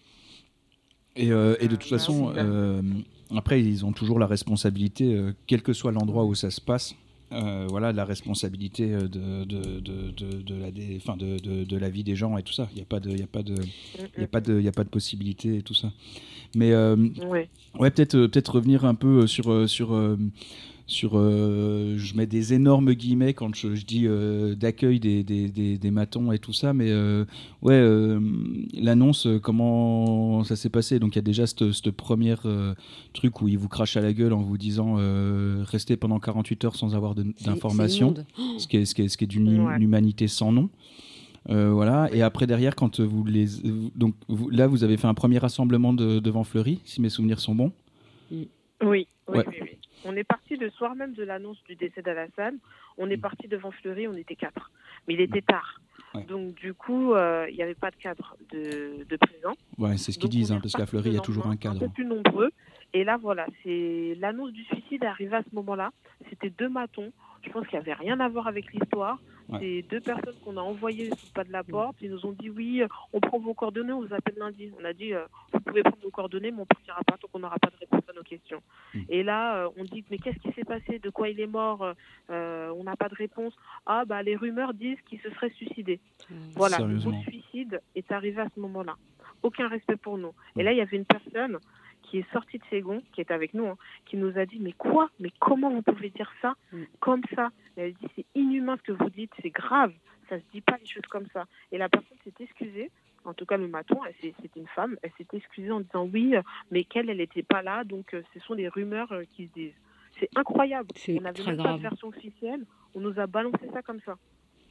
Et, euh, et de toute façon, euh, après, ils ont toujours la responsabilité, euh, quel que soit l'endroit où ça se passe, Euh, voilà, la responsabilité de, de, de, de, de, la, des, enfin de, de, de la vie des gens et tout ça. Il n'y a pas de, il y a pas de, il y a pas de, il y a pas de possibilité et tout ça. Mais euh, ouais. ouais, peut-être, peut-être revenir un peu sur, sur, sur euh, je mets des énormes guillemets quand je, je dis euh, d'accueil des, des, des, des matons et tout ça, mais euh, ouais, euh, l'annonce, comment ça s'est passé? Donc il y a déjà ce premier euh, truc où ils vous crachent à la gueule en vous disant euh, restez pendant quarante-huit heures sans avoir de, d'informations, ce qui est, ce qui est, ce qui est d'une ouais. humanité sans nom. Euh, voilà. Et après derrière, quand vous les, donc vous, là vous avez fait un premier rassemblement de, devant Fleury, si mes souvenirs sont bons. Oui, oui, ouais. oui, oui. On est parti le soir même de l'annonce du décès d'Alassane. On est parti devant Fleury, on était quatre. Mais il était tard. Ouais. Donc, du coup, euh, il n'y avait pas de cadre de, de présent. Ouais, c'est ce qu'ils Donc, disent, hein, parce qu'à Fleury, il y a toujours un cadre. Un peu plus nombreux. Et là, voilà, c'est l'annonce du suicide est arrivée à ce moment-là. C'était deux matons. Je pense qu'il n'y avait rien à voir avec l'histoire. Ouais. C'est deux personnes qu'on a envoyées sous le pas de la porte. Ils nous ont dit oui, on prend vos coordonnées, on vous appelle lundi. On a dit euh, vous pouvez prendre vos coordonnées, mais on ne partira pas tant qu'on n'aura pas de réponse à nos questions. Mmh. Et là, euh, on dit mais qu'est-ce qui s'est passé? De quoi il est mort? euh, On n'a pas de réponse. Ah bah les rumeurs disent qu'il se serait suicidé. Mmh. Voilà, le mot suicide est arrivé à ce moment-là. Aucun respect pour nous. Mmh. Et là, il y avait une personne qui est sortie de ses gonds, qui est avec nous, hein, qui nous a dit mais quoi? Mais comment vous pouvez dire ça mmh. comme ça? Et elle dit c'est inhumain ce que vous dites, c'est grave, ça se dit pas les choses comme ça. Et la personne s'est excusée, en tout cas le maton, elle, c'est, c'est une femme, elle s'est excusée en disant oui, mais qu'elle, elle n'était pas là, donc euh, ce sont des rumeurs euh, qui se disent. C'est incroyable, c'est on n'avait très même grave. pas de version officielle, on nous a balancé ça comme ça.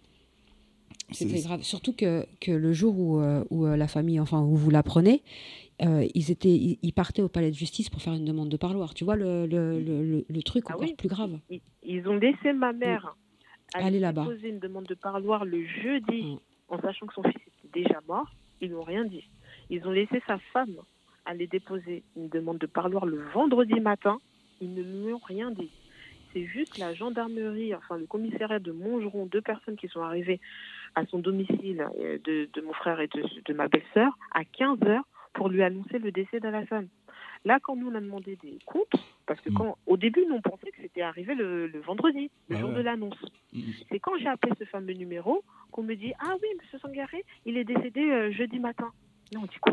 C'est très grave, surtout que, que le jour où, euh, où euh, la famille, enfin où vous l'apprenez, euh, ils, étaient, ils, ils partaient au palais de justice pour faire une demande de parloir. Tu vois le, le, le, le, le truc ah encore oui. plus grave. Ils, ils ont laissé ma mère oui. aller là-bas. Poser une demande de parloir le jeudi, oui. en sachant que son fils était déjà mort. Ils n'ont rien dit. Ils ont laissé sa femme aller déposer une demande de parloir le vendredi matin. Ils ne lui ont rien dit. C'est juste la gendarmerie, enfin le commissariat de Montgeron, deux personnes qui sont arrivées à son domicile de, de mon frère et de, de ma belle-sœur à quinze heures pour lui annoncer le décès d'Alassane. Là, quand nous, on a demandé des comptes, parce que quand, au début, nous, on pensait que c'était arrivé le, le vendredi, le ah jour ouais. de l'annonce. Mmh. C'est quand j'ai appelé ce fameux numéro qu'on me dit « Ah oui, M. Sangaré, il est décédé euh, jeudi matin. » Et on dit « Quoi ?»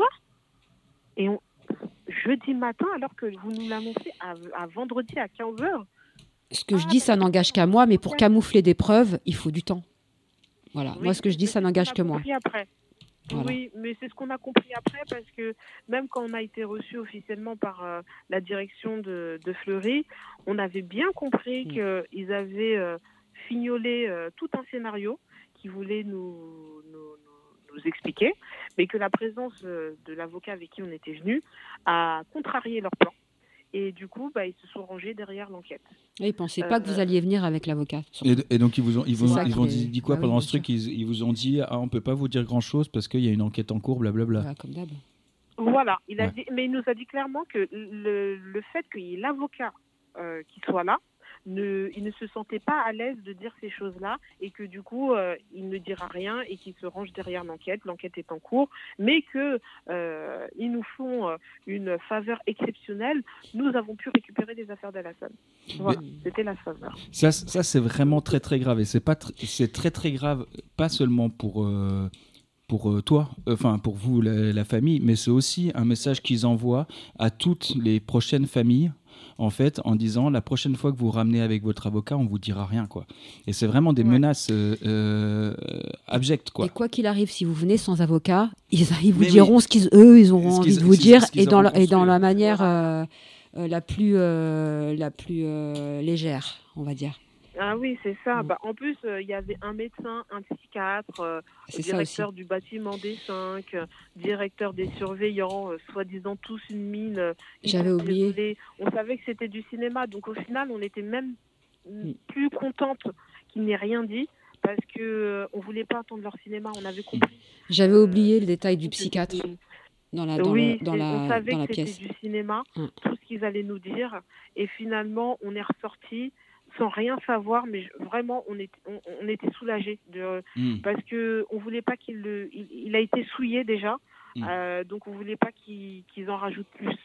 Et on, jeudi matin, alors que vous nous l'annoncez à, à vendredi à quinze heures. Ce que ah, je dis, ça n'engage qu'à moi, mais pour camoufler des preuves, il faut du temps. Voilà, oui, moi, ce que je dis, ça n'engage que moi. Après. Voilà. Oui, mais c'est ce qu'on a compris après, parce que même quand on a été reçu officiellement par euh, la direction de, de Fleury, on avait bien compris mmh. qu'ils avaient euh, fignolé euh, tout un scénario qu'ils voulaient nous, nous, nous expliquer, mais que la présence euh, de l'avocat avec qui on était venu a contrarié leur plan. Et du coup, bah, ils se sont rangés derrière l'enquête. Et ils ne pensaient pas euh, que vous alliez venir avec l'avocat. Et, et donc, ils vous ont, ils vous, ils ont dit, dit quoi ah, pendant oui, ce truc ils, ils vous ont dit ah, on ne peut pas vous dire grand-chose parce qu'il y a une enquête en cours, blablabla. Voilà, comme d'hab. Voilà, il a ouais. dit, mais il nous a dit clairement que le, le fait qu'il y ait l'avocat euh, qui soit là, ne, il ne se sentait pas à l'aise de dire ces choses-là et que du coup, euh, il ne dira rien et qu'il se range derrière l'enquête. L'enquête est en cours, mais qu'ils euh, nous font euh, une faveur exceptionnelle. Nous avons pu récupérer des affaires d'Alassane. Voilà, mais c'était la faveur. Ça, ça, c'est vraiment très, très grave. Et c'est, pas tr- c'est très, très grave, pas seulement pour... Euh pour toi, enfin pour vous, la, la famille, mais c'est aussi un message qu'ils envoient à toutes les prochaines familles, en fait, en disant la prochaine fois que vous ramenez avec votre avocat, on vous dira rien, quoi. Et c'est vraiment des ouais. menaces euh, euh, abjectes, quoi. Et quoi qu'il arrive, si vous venez sans avocat, ils, ils vous mais diront oui. ce qu'ils eux, ils auront envie de vous dire, et dans, la, et dans la manière euh, euh, la plus, euh, la plus euh, légère, on va dire. Ah oui, c'est ça. Mmh. Bah, en plus, il euh, y avait un médecin, un psychiatre, euh, directeur du bâtiment des cinq, euh, directeur des surveillants, euh, soi-disant tous une mine. Euh, J'avais oublié. Désolés. On savait que c'était du cinéma, donc au final, on était même mmh. plus contente qu'il n'ait rien dit, parce qu'on euh, ne voulait pas attendre leur cinéma, on avait compris. J'avais euh, oublié le détail du psychiatre. Dans la, dans oui, le, dans la, on savait dans la que pièce. C'était du cinéma, mmh. tout ce qu'ils allaient nous dire, et finalement, on est ressorti sans rien savoir, mais vraiment, on, est, on, on était soulagés. De, mmh. Parce qu'on ne voulait pas qu'il... Le, il, il a été souillé déjà, mmh. euh, donc on ne voulait pas qu'il, qu'ils en rajoutent plus.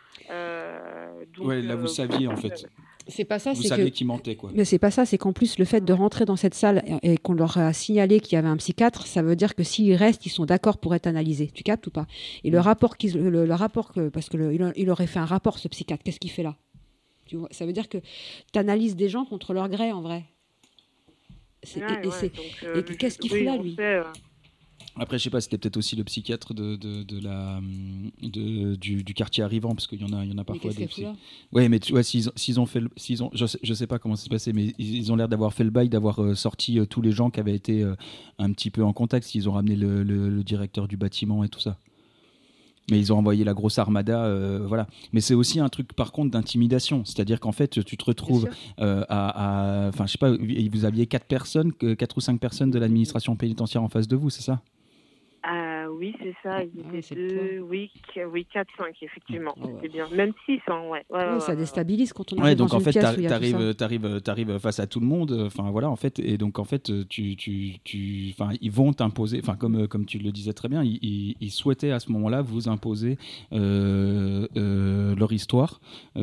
Euh, oui, là, vous euh, saviez, en fait. C'est pas ça, vous c'est saviez que... qu'il mentait, quoi. Mais c'est pas ça, c'est qu'en plus, le fait de rentrer dans cette salle et qu'on leur a signalé qu'il y avait un psychiatre, ça veut dire que s'ils restent, ils sont d'accord pour être analysés. Tu captes ou pas? Et mmh. le rapport, qu'ils, le, le rapport que, parce qu'il il aurait fait un rapport, ce psychiatre, qu'est-ce qu'il fait là? Tu vois, ça veut dire que tu analyses des gens contre leur gré, en vrai. C'est, Ouais, et, et ouais, c'est, donc, euh, et qu'est-ce qu'il oui, fout là, on lui sait, euh, Après, je sais pas, c'était peut-être aussi le psychiatre de, de, de la, de, du, du quartier arrivant, parce qu'il y en a, il y en a Mais parfois qu'est-ce des. qu'il fout là Ouais, mais tu vois, s'ils, s'ils ont fait, le- s'ils ont, je sais, je sais pas comment ça s'est passé, mais ils, ils ont l'air d'avoir fait le bail, d'avoir euh, sorti euh, tous les gens qui avaient été euh, un petit peu en contact. S'ils ont ramené le, le, le directeur du bâtiment et tout ça. Mais ils ont envoyé la grosse armada, euh, voilà. Mais c'est aussi un truc, par contre, d'intimidation. C'est-à-dire qu'en fait, tu te retrouves Bien sûr. euh, à, à- enfin, je sais pas, vous aviez quatre personnes, que- quatre ou cinq personnes de l'administration pénitentiaire en face de vous, c'est ça? ah oui, c'est ça, ils Ah ouais, étaient c'est le deux, oui, qu- oui, quatre, cinq, effectivement, Ah ouais. c'était bien. Même six, hein, ouais. ouais, ouais, Ouais, ça ouais, ouais. déstabilise quand on Ouais, arrive donc dans en une fait, pièce t'arri- où il y a tout ça. t'arrives, t'arrives, t'arrives face à tout le monde. Enfin voilà, en fait, et donc en fait, tu, tu, tu, enfin, ils vont t'imposer. Enfin, comme, comme tu le disais très bien, ils, ils, ils souhaitaient à ce moment-là vous imposer euh, euh, leur histoire.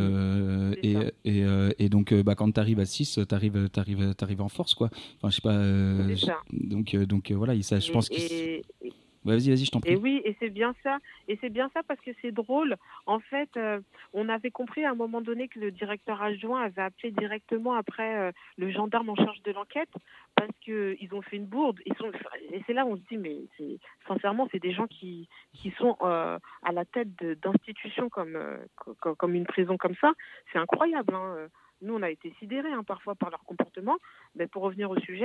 Euh, C'est et, ça. et, euh, et donc, euh, bah, quand t'arrives à six, t'arrives, t'arrives, t'arrives en force, quoi. Enfin, je sais pas. euh, C'est ça. donc, euh, donc euh, voilà, ils, ça, je Et- pense qu'ils. et, Ouais, vas-y, vas-y, je t'en prie. Et oui, et c'est bien ça. Et c'est bien ça parce que c'est drôle. En fait, euh, on avait compris à un moment donné que le directeur adjoint avait appelé directement après euh, le gendarme en charge de l'enquête parce qu'ils ont fait une bourde. Ils sont... Et c'est là où on se dit, mais c'est... sincèrement, c'est des gens qui, qui sont euh, à la tête de, d'institutions comme, euh, comme, comme une prison comme ça. C'est incroyable. Hein. Nous, on a été sidérés hein, parfois par leur comportement. Mais pour revenir au sujet,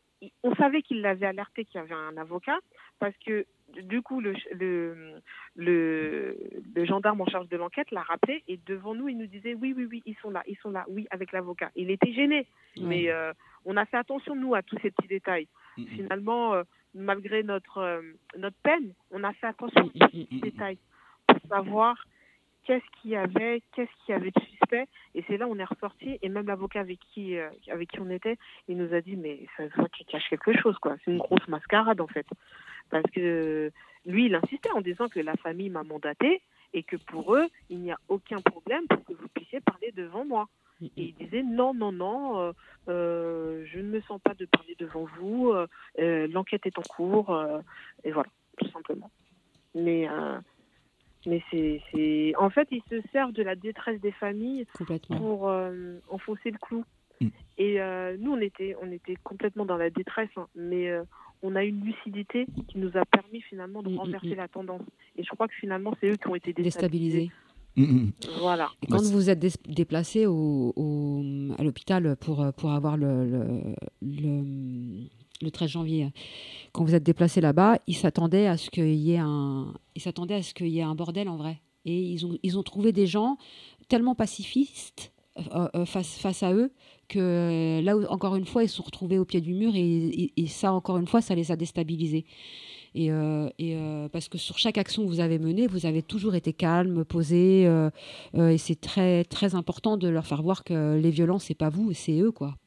on savait qu'il l'avait alerté qu'il y avait un avocat parce que du coup le, le, le, le gendarme en charge de l'enquête l'a rappelé et devant nous il nous disait oui oui oui ils sont là ils sont là oui avec l'avocat. Il était gêné Ouais. mais euh, on a fait attention nous à tous ces petits détails. Mhm. Finalement euh, malgré notre euh, notre peine on a fait attention Mhm, à tous ces mhm, petits détails pour savoir qu'est-ce qu'il y avait, qu'est-ce qu'il y avait de suspect. Et c'est là où on est ressorti. Et même l'avocat avec qui, euh, avec qui on était, il nous a dit, mais ça se voit qu'il cache quelque chose, quoi. C'est une grosse mascarade, en fait. Parce que lui, il insistait en disant que la famille m'a mandaté et que pour eux, il n'y a aucun problème pour que vous puissiez parler devant moi. Et il disait, non, non, non, euh, euh, je ne me sens pas de parler devant vous. Euh, euh, l'enquête est en cours. Euh, et voilà, tout simplement. Mais... Euh, Mais c'est, c'est... En fait, ils se servent de la détresse des familles Complètement. pour euh, enfoncer le clou. Mm. Et euh, nous, on était, on était complètement dans la détresse, hein, mais euh, on a une lucidité qui nous a permis finalement de Mm, mm, renverser mm. la tendance. Et je crois que finalement, c'est eux qui ont été déstabilisés. Déstabilisé. Mhm. Voilà. Et quand Bah, vous êtes dé- déplacé au, au- à l'hôpital pour, pour avoir le, le, le, le treize janvier, quand vous êtes déplacé là-bas, ils s'attendaient à ce qu'il y ait un, ils s'attendaient à ce qu'il y ait un bordel en vrai. Et ils ont, ils ont trouvé des gens tellement pacifistes euh, euh, face, face à eux que euh, là, où, encore une fois, ils se sont retrouvés au pied du mur et, et, et ça, encore une fois, ça les a déstabilisés. Et, euh, et euh, parce que sur chaque action que vous avez menée, vous avez toujours été calme, posé, euh, euh, et c'est très très important de leur faire voir que les violences c'est pas vous, c'est eux quoi.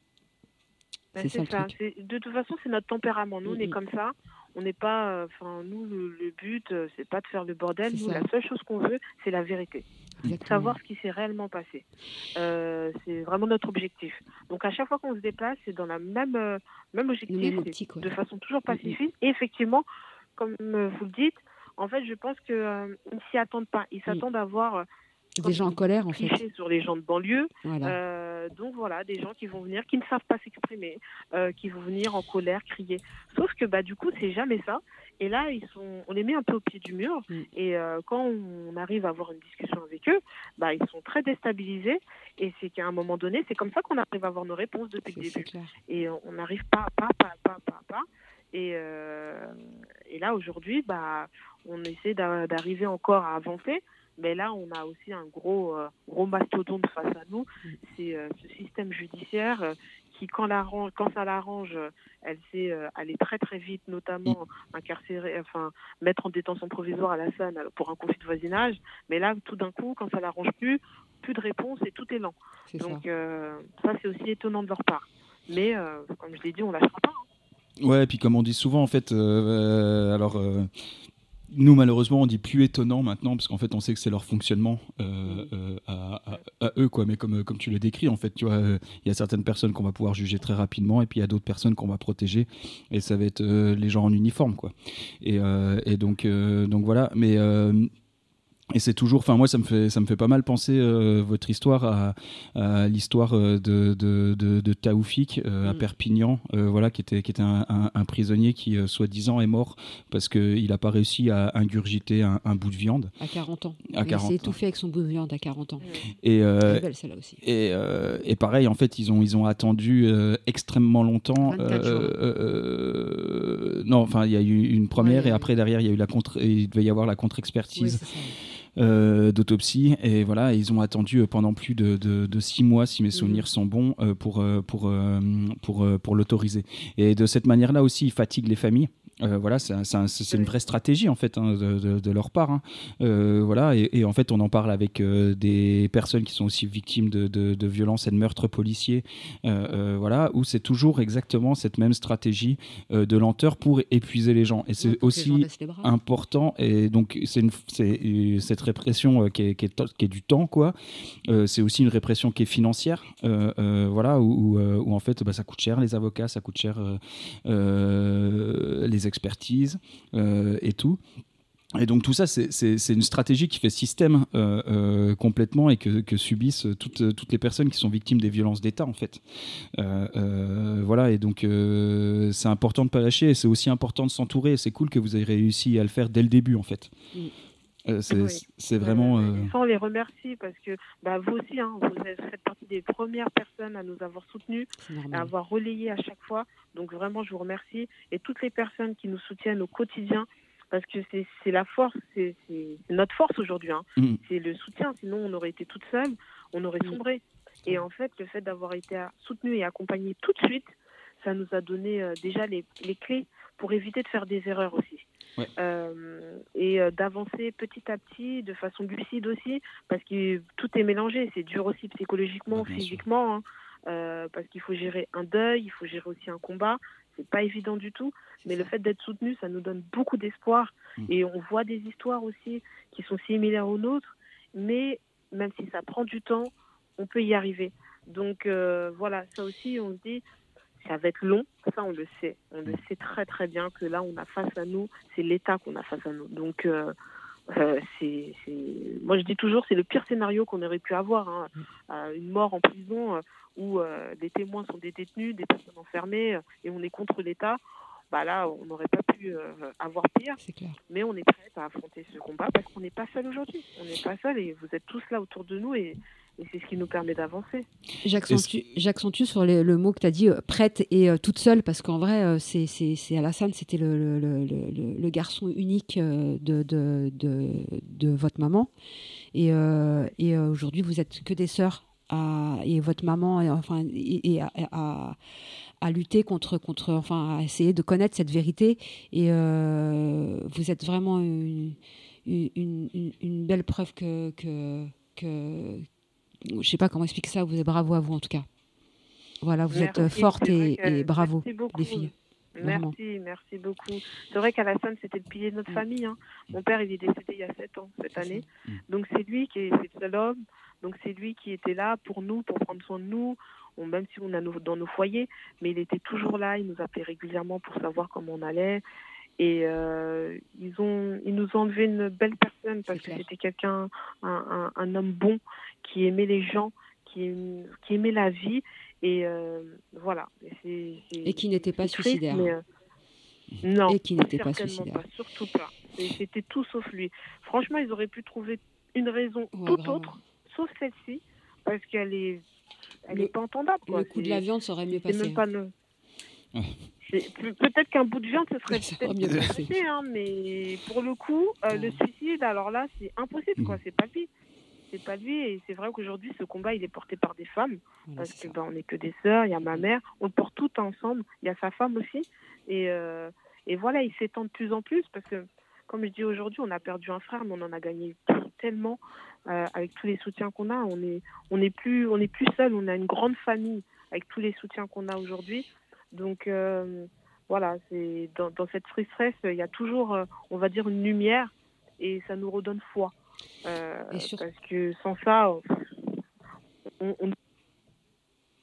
Ben, C'est c'est ça, le ça. truc. C'est- de toute façon, c'est notre tempérament. Nous, on est Mhm. comme ça. On n'est pas. Enfin, nous, le, le but, euh, c'est pas de faire le bordel. C'est Nous, ça. la seule chose qu'on veut, c'est la vérité. Exactement. Savoir ce qui s'est réellement passé. Euh, c'est vraiment notre objectif. Donc, à chaque fois qu'on se déplace, c'est dans la même, euh, même objectif, Le même c'est optique, ouais. de façon toujours pacifiste. Et effectivement, comme euh, vous le dites, en fait, je pense qu'ils euh, ne s'y attendent pas. Ils s'attendent à voir euh, Des gens en colère en fait. clichés sur les gens de banlieue. Voilà. Euh, donc voilà, des gens qui vont venir, qui ne savent pas s'exprimer, euh, qui vont venir en colère, crier. Sauf que bah du coup, c'est jamais ça. Et là, ils sont, on les met un peu au pied du mur. Mm. Et euh, quand on arrive à avoir une discussion avec eux, bah ils sont très déstabilisés. Et c'est qu'à un moment donné, c'est comme ça qu'on arrive à avoir nos réponses depuis le C'est, c'est début. clair. Et on n'arrive pas, pas, pas, pas, pas, pas. Et, euh, et là, aujourd'hui, bah, on essaie d'a- d'arriver encore à avancer. Mais là, on a aussi un gros, euh, gros mastodonte face à nous. C'est euh, ce système judiciaire euh, qui, quand, l'arrange, quand ça l'arrange, euh, elle sait euh, aller très très vite, notamment incarcérer, enfin mettre en détention provisoire à la Seine pour un conflit de voisinage. Mais là, tout d'un coup, quand ça l'arrange plus, plus de réponse et tout est lent. C'est Donc ça. euh, ça, c'est aussi étonnant de leur part. Mais euh, comme je l'ai dit, on lâchera pas. hein. Ouais, et puis comme on dit souvent, en fait, euh, euh, alors euh, nous malheureusement on dit plus étonnant maintenant parce qu'en fait on sait que c'est leur fonctionnement euh, euh, à, à, à eux quoi. Mais comme comme tu le décris en fait, tu vois, il euh, y a certaines personnes qu'on va pouvoir juger très rapidement et puis il y a d'autres personnes qu'on va protéger et ça va être euh, les gens en uniforme quoi. Et, euh, et donc euh, donc voilà. Mais euh, Et c'est toujours, enfin moi ça me fait ça me fait pas mal penser euh, votre histoire à, à l'histoire de de de, de Taoufik euh, à Mm. Perpignan, euh, voilà qui était qui était un, un, un prisonnier qui euh, soi-disant est mort parce que il a pas réussi à ingurgiter un, un bout de viande À quarante ans. à Il quarante s'est ans. étouffé avec son bout de viande à quarante ans. Et euh, Très belle celle-là aussi. et, euh, et pareil, en fait, ils ont, ils ont attendu euh, extrêmement longtemps. vingt-quatre jours. euh, euh, non, enfin, il y a eu une première Ouais, et ouais. après, derrière, il y a eu la contre, il devait y avoir la Oui, contre-expertise c'est ça. euh, d'autopsie. Et voilà, ils ont attendu pendant plus de, de, de six mois, si mes souvenirs Mhm. sont bons, euh, pour, euh, pour, euh, pour, euh, pour l'autoriser. Et de cette manière-là aussi, ils fatiguent les familles. Euh, voilà, c'est un- c'est un- c'est une vraie stratégie en fait hein, de, de- de leur part. hein. Euh, voilà, et, et en fait, on en parle avec euh, des personnes qui sont aussi victimes de, de, de violences et de meurtres policiers. Euh, euh, voilà, où c'est toujours exactement cette même stratégie euh, de lenteur pour épuiser les gens. Et c'est Ouais, pour que les gens aussi baissent les bras. important. Et donc, c'est une, c'est euh, cette répression euh, qui, est, qui, est, qui est du temps, quoi. Euh, c'est aussi une répression qui est financière, euh, euh, voilà, où, où, euh, où en fait, bah, ça coûte cher les avocats, ça coûte cher euh, euh, les expertises euh, et tout. Et donc tout ça, c'est, c'est, c'est une stratégie qui fait système euh, euh, complètement et que, que subissent toutes, toutes les personnes qui sont victimes des violences d'État, en fait. Euh, euh, voilà, et donc euh, c'est important de ne pas lâcher et c'est aussi important de s'entourer. C'est cool que vous ayez réussi à le faire dès le début, en fait. Mm. Euh, c'est, Oui. c'est vraiment... Euh, euh, et ça, on les remercie parce que bah, vous aussi, hein, vous êtes- faites partie des premières personnes à nous avoir soutenus, C'est à normal. avoir relayé à chaque fois. Donc vraiment, je vous remercie. Et toutes les personnes qui nous soutiennent au quotidien, parce que c'est, c'est la force, c'est, c'est, c'est notre force aujourd'hui. Hein. mm, C'est le soutien, sinon on aurait été toute seule, on aurait Mm. sombré. Et en fait, le fait d'avoir été soutenu et accompagné tout de suite, ça nous a donné euh, déjà les, les clés pour éviter de faire des erreurs aussi. Ouais. Euh, et euh, d'avancer petit à petit, de façon lucide aussi, parce que tout est mélangé. C'est dur aussi psychologiquement, Bah, bien sûr. physiquement, hein, euh, parce qu'il faut gérer un deuil, il faut gérer aussi un combat. C'est pas évident du tout, mais le fait d'être soutenu, ça nous donne beaucoup d'espoir. Mm. Et on voit des histoires aussi qui sont similaires aux nôtres, mais même si ça prend du temps, on peut y arriver. Donc euh, voilà, ça aussi, on se dit, ça va être long, ça on le sait. On le sait très très bien que là, on a face à nous, c'est l'État qu'on a face à nous. Donc euh, euh, c'est, c'est... moi je dis toujours, c'est le pire scénario qu'on aurait pu avoir. Hein. Euh, une mort en prison euh, où euh, des témoins sont des détenus, des personnes enfermées euh, et on est contre l'État. Bah là, on n'aurait pas pu euh, avoir pire, C'est clair. mais on est prêt à affronter ce combat parce qu'on n'est pas seul aujourd'hui. On n'est pas seul et vous êtes tous là autour de nous et, et c'est ce qui nous permet d'avancer. J'accentue, j'accentue sur les- le mot que tu as dit, euh, prête et euh, toute seule, parce qu'en vrai, euh, c'est, c'est, c'est Alassane, c'était le, le, le, le, le garçon unique euh, de, de, de, de votre maman. Et, euh, et euh, aujourd'hui, vous êtes que des sœurs. À, et votre maman, et, enfin, et, et à, à, à lutter contre, contre, enfin, à essayer de connaître cette vérité. Et euh, vous êtes vraiment une, une, une, une belle preuve que, que, que je sais pas comment expliquer ça. Vous êtes bravo à vous en tout cas. Voilà, vous Merci, êtes forte c'est vrai et, que- et bravo merci beaucoup. les filles. Vraiment. Merci, merci beaucoup. C'est vrai qu'Alassane, c'était le pilier de notre Mm. famille. Hein. Mon père, il est décédé il y a sept ans, cette C'est année. ça. Mm. Donc c'est lui qui est, c'est le seul homme. Donc c'est lui qui était là pour nous, pour prendre soin de nous, on, même si on a nos, dans nos foyers. Mais il était toujours là, il nous appelait régulièrement pour savoir comment on allait. Et euh, ils, ont, ils nous ont enlevé une belle personne parce C'est que clair. c'était quelqu'un, un, un, un homme bon, qui aimait les gens, qui, aim- qui aimait la vie. Et euh, voilà. Et, c'est, c'est, Et qui n'était pas c'est triste, suicidaire. mais, euh, non, Et qui n'était pas certainement suicidaire. pas, surtout pas. Et c'était tout sauf lui. Franchement, ils auraient pu trouver une raison Ouais, tout vraiment. autre, sauf celle-ci, parce qu'elle est, elle Le- est pas entendable. Quoi. Le coup de C'est- la viande, ça aurait mieux c'est passé. même pas le- C'est- pe- Peut-être qu'un bout de viande, ce serait Ça peut-être aurait mieux mieux passé. passé, hein, mais pour le coup, euh, le suicide, alors là, c'est impossible, quoi. C'est pas lui. C'est pas lui, et c'est vrai qu'aujourd'hui, ce combat, il est porté par des femmes, Voilà, parce c'est que ça. ben, on n'est que des sœurs, il y a ma mère, on le porte tout ensemble, il y a sa femme aussi, et, euh, et voilà, il s'étend de plus en plus, parce que, comme je dis aujourd'hui, on a perdu un frère, mais on en a gagné tellement, euh, avec tous les soutiens qu'on a, on est, on est plus, on est plus seul, on a une grande famille, avec tous les soutiens qu'on a aujourd'hui, donc euh, voilà, c'est dans, dans cette tristesse, il y a toujours, euh, on va dire, une lumière, et ça nous redonne foi. Euh, Et sur- Parce que sans ça, on, on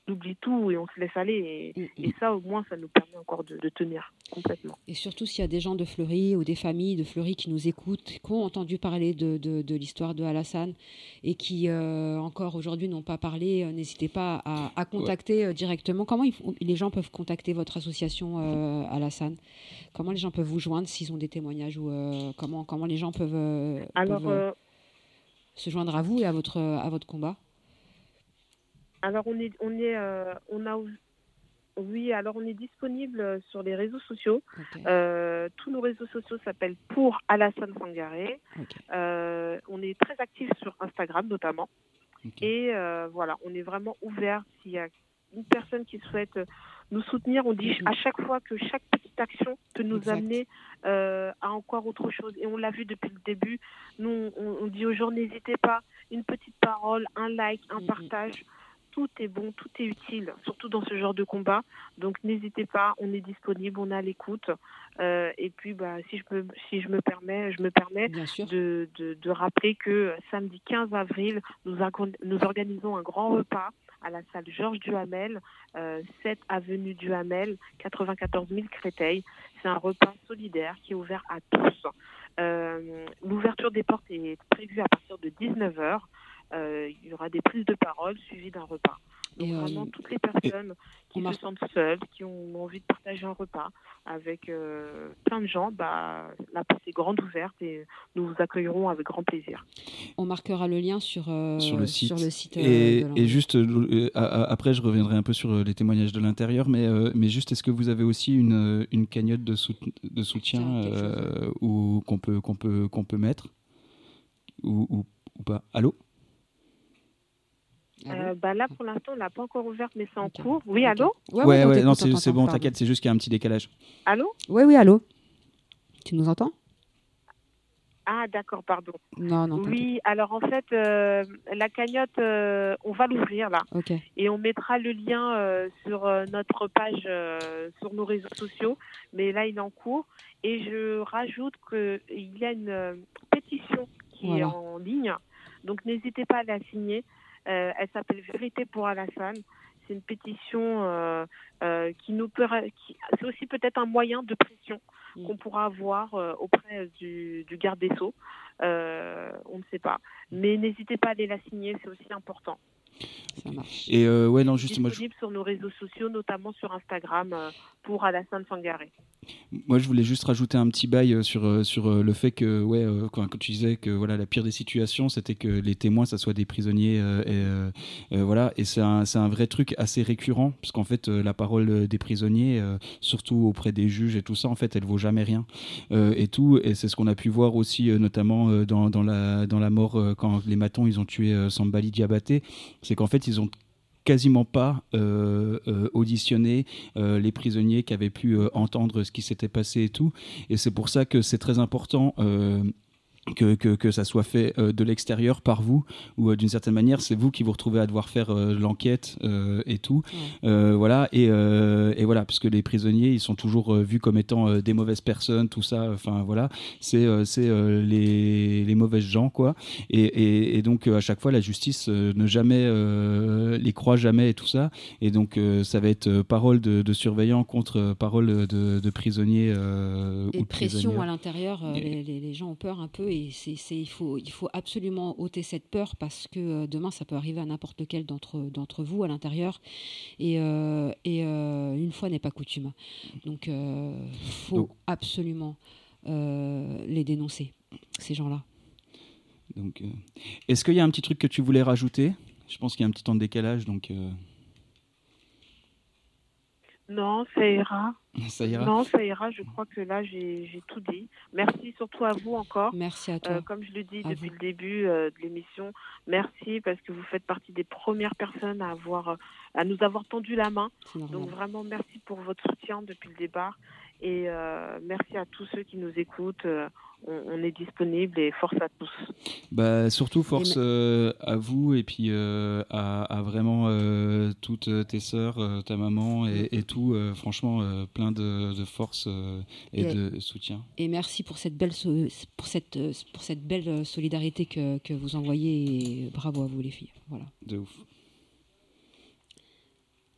oublie tout et on se laisse aller. Et, Mm, mm. et ça, au moins, ça nous permet encore de, de tenir complètement. Et surtout s'il y a des gens de Fleury ou des familles de Fleury qui nous écoutent, qui ont entendu parler de, de, de l'histoire de Alassane et qui euh, encore aujourd'hui n'ont pas parlé, euh, n'hésitez pas à, à contacter euh, directement. Comment ils font- les gens peuvent contacter votre association euh, Alassane? Comment les gens peuvent vous joindre s'ils ont des témoignages ou euh, comment, comment les gens peuvent, euh, Alors, peuvent, euh, euh, se joindre à vous et à votre, à votre combat? alors on est, on est, euh, on a, oui, alors on est disponible sur les réseaux sociaux. Ok, Euh, tous nos réseaux sociaux s'appellent Pour Alassane Sangaré. ok. Euh, on est très actifs sur Instagram notamment. Ok. Et euh, voilà, on est vraiment ouvert. S'il y a une personne qui souhaite nous soutenir, on dit à chaque fois que chaque petite action peut nous Exact. amener euh, à encore autre chose. Et on l'a vu depuis le début. Nous, on, on dit aux gens, n'hésitez pas, une petite parole, un like, un Mhm. partage. Tout est bon, tout est utile, surtout dans ce genre de combat. Donc n'hésitez pas, on est disponible, on est à l'écoute. Euh, et puis, bah, si je me, si je me permets, je me permets Bien sûr. de, de, de rappeler que samedi quinze avril, nous, organ- nous organisons un grand repas à la salle Georges Duhamel, euh, sept avenue Duhamel, quatre-vingt-quatorze mille Créteil. C'est un repas solidaire qui est ouvert à tous. Euh, l'ouverture des portes est prévue à partir de dix-neuf heures. Euh, il y aura des prises de parole suivies d'un repas. Donc Et, euh, vraiment, toutes les personnes qui on se marque- sentent seules, qui ont envie de partager un repas avec euh, plein de gens, bah, la porte est grande ouverte et nous vous accueillerons avec grand plaisir. On marquera le lien sur, euh, sur le site. sur le site, euh, et, de l'Envol. et juste, euh, a- a- après, je reviendrai un peu sur euh, les témoignages de l'intérieur, mais, euh, mais juste, est-ce que vous avez aussi une, euh, une cagnotte de, sout- de soutien Tiens, quelque euh, ou qu'on peut, qu'on peut, qu'on peut mettre ou, ou, ou pas? Allô? Allô Euh, bah là, pour l'instant, on l'a pas encore ouverte, mais c'est en Ok. cours. Oui, Ok. allô Ouais, Ouais, ouais, on ouais, t'écoute, non, on c'est c'est t'entend, bon, pardon. t'inquiète, c'est juste qu'il y a un petit décalage. Allô Oui, oui, allô. Tu nous entends? Ah, d'accord, pardon. Non, non, t'inquiète. Oui, alors en fait, euh, la cagnotte, euh, on va l'ouvrir là. Ok. Et on mettra le lien euh, sur euh, notre page, euh, sur nos réseaux sociaux. Mais là, il est en cours. Et je rajoute qu'il y a une euh, pétition qui Voilà. est en ligne. Donc, n'hésitez pas à la signer. Euh, elle s'appelle Vérité pour Alassane. C'est une pétition euh, euh, qui nous peut... Qui, c'est aussi peut-être un moyen de pression Mm. qu'on pourra avoir euh, auprès du, du garde des Sceaux. Euh, on ne sait pas. Mais n'hésitez pas à aller la signer, c'est aussi important. Ça marche. Et euh, ouais, non, juste moi, je, Disponible sur nos réseaux sociaux, notamment sur Instagram, euh, pour Alassane Sangaré. moi, je voulais juste rajouter un petit bail euh, sur, euh, sur euh, le fait que, ouais, euh, quand, quand tu disais que voilà, la pire des situations, c'était que les témoins, ça soit des prisonniers, euh, et, euh, euh, voilà, et c'est un, c'est un vrai truc assez récurrent, parce qu'en fait, euh, la parole des prisonniers, euh, surtout auprès des juges et tout ça, en fait, elle vaut jamais rien, euh, et tout, et c'est ce qu'on a pu voir aussi, euh, notamment euh, dans, dans, la, dans la mort, euh, quand les matons, ils ont tué euh, Sambali Diabaté, c'est qu'en fait, ils ont quasiment pas euh, euh, auditionné euh, les prisonniers qui avaient pu euh, entendre ce qui s'était passé et tout. Et c'est pour ça que c'est très important euh, que, que, que ça soit fait euh, de l'extérieur par vous, ou euh, d'une certaine manière, c'est vous qui vous retrouvez à devoir faire euh, l'enquête euh, et tout. Ouais. Euh, voilà, et, euh, et voilà, parce que les prisonniers, ils sont toujours euh, vus comme étant euh, des mauvaises personnes, tout ça, enfin voilà, c'est euh, c'est euh, les, les mauvaises gens, quoi. Et, et, et donc, euh, à chaque fois, la justice euh, ne jamais euh, les croit jamais et tout ça. Et donc, euh, ça va être euh, parole de, de surveillant contre euh, parole de, de prisonnier euh, Et ou de pression prisonnière. à l'intérieur, euh, Et- les, les- les gens ont peur un peu et c'est, c'est, il, faut, il faut absolument ôter cette peur parce que euh, demain ça peut arriver à n'importe lequel d'entre, d'entre vous à l'intérieur et, euh, et euh, une fois n'est pas coutume. Donc il euh, faut Donc- absolument euh, les dénoncer, ces gens-là. Donc, euh, est-ce qu'il y a un petit truc que tu voulais rajouter? Je pense qu'il y a un petit temps de décalage, donc euh, Non, ça ira. ça ira. Non, ça ira. Je crois que là, j'ai, j'ai tout dit. Merci surtout à vous encore. Merci à toi. Euh, comme je le dis À depuis vous. le début euh, de l'émission, merci parce que vous faites partie des premières personnes à, avoir, euh, à nous avoir tendu la main. C'est normal. Donc vraiment, merci pour votre soutien depuis le départ. Et euh, merci à tous ceux qui nous écoutent. Euh, on, on est disponible et force à tous. Bah, surtout force Et euh, à vous et puis euh, à, à vraiment euh, toutes tes sœurs, euh, ta maman et, et tout. euh, franchement, euh, plein de, de force euh, et, Et- de soutien. Et merci pour cette belle, so- pour cette, euh, pour cette belle solidarité que, que vous envoyez et bravo à vous les filles. Voilà. De ouf.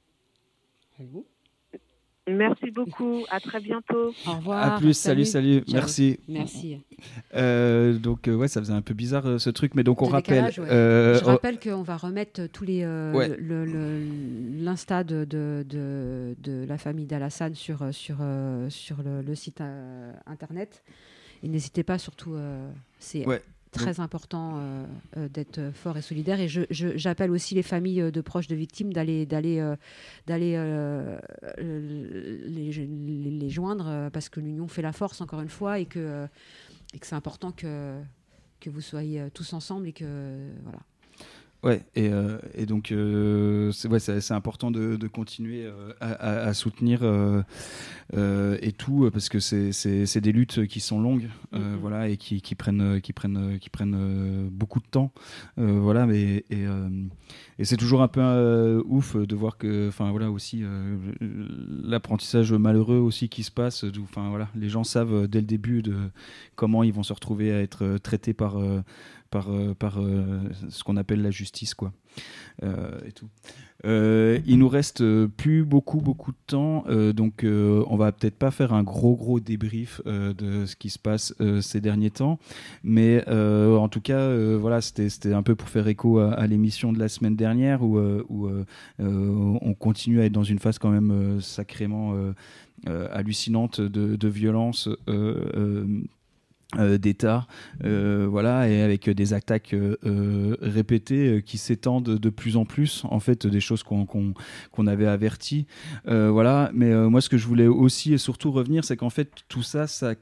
Merci beaucoup. À très bientôt. Au revoir. À plus, salut, salut, Ciao. merci. Merci. Euh, donc euh, ouais, ça faisait un peu bizarre euh, ce truc, mais donc on De rappelle. décalage, ouais. euh, Je rappelle qu'on va remettre tous les euh, Ouais. le- le- l'insta de, de, de, de la famille d'Alassane sur sur euh, sur le, le site euh, internet. Et n'hésitez pas, surtout, euh, c'est Ouais. très important euh, euh, d'être fort et solidaire. Et je, je- j'appelle aussi les familles euh, de proches de victimes d'aller d'aller euh, d'aller euh, euh, les, les, les joindre euh, parce que l'union fait la force, encore une fois, et que euh, et que c'est important que que vous soyez euh, tous ensemble et que euh, voilà. Ouais, et, euh, et donc euh, c'est, ouais, c'est, c'est important de, de continuer euh, à, à- à soutenir euh, euh, et tout, parce que c'est, c'est, c'est des luttes qui sont longues, euh, Mhm. voilà, et qui, qui prennent, qui prennent, qui prennent euh, beaucoup de temps, euh, voilà, mais et, euh, et c'est toujours un peu euh, ouf de voir que, enfin voilà, aussi euh, l'apprentissage malheureux aussi qui se passe, d'où, enfin voilà, les gens savent dès le début de comment ils vont se retrouver à être traités par euh, par, euh, par euh, ce qu'on appelle la justice, quoi. Euh, et tout. Euh, il nous reste euh, plus beaucoup beaucoup de temps, euh, donc euh, on va peut-être pas faire un gros gros débrief euh, de ce qui se passe euh, ces derniers temps, mais euh, en tout cas euh, voilà, c'était c'était un peu pour faire écho à, à l'émission de la semaine dernière où, euh, où euh, euh, on continue à être dans une phase quand même euh, sacrément euh, euh, hallucinante de, de violence. Euh, euh, Euh, d'État, euh, voilà, et avec des attaques euh, euh, répétées euh, qui s'étendent de plus en plus, en fait, des choses qu'on qu'on, qu'on avait averties, euh, voilà. Mais euh, moi, ce que je voulais aussi et surtout revenir, c'est qu'en fait, tout ça, ça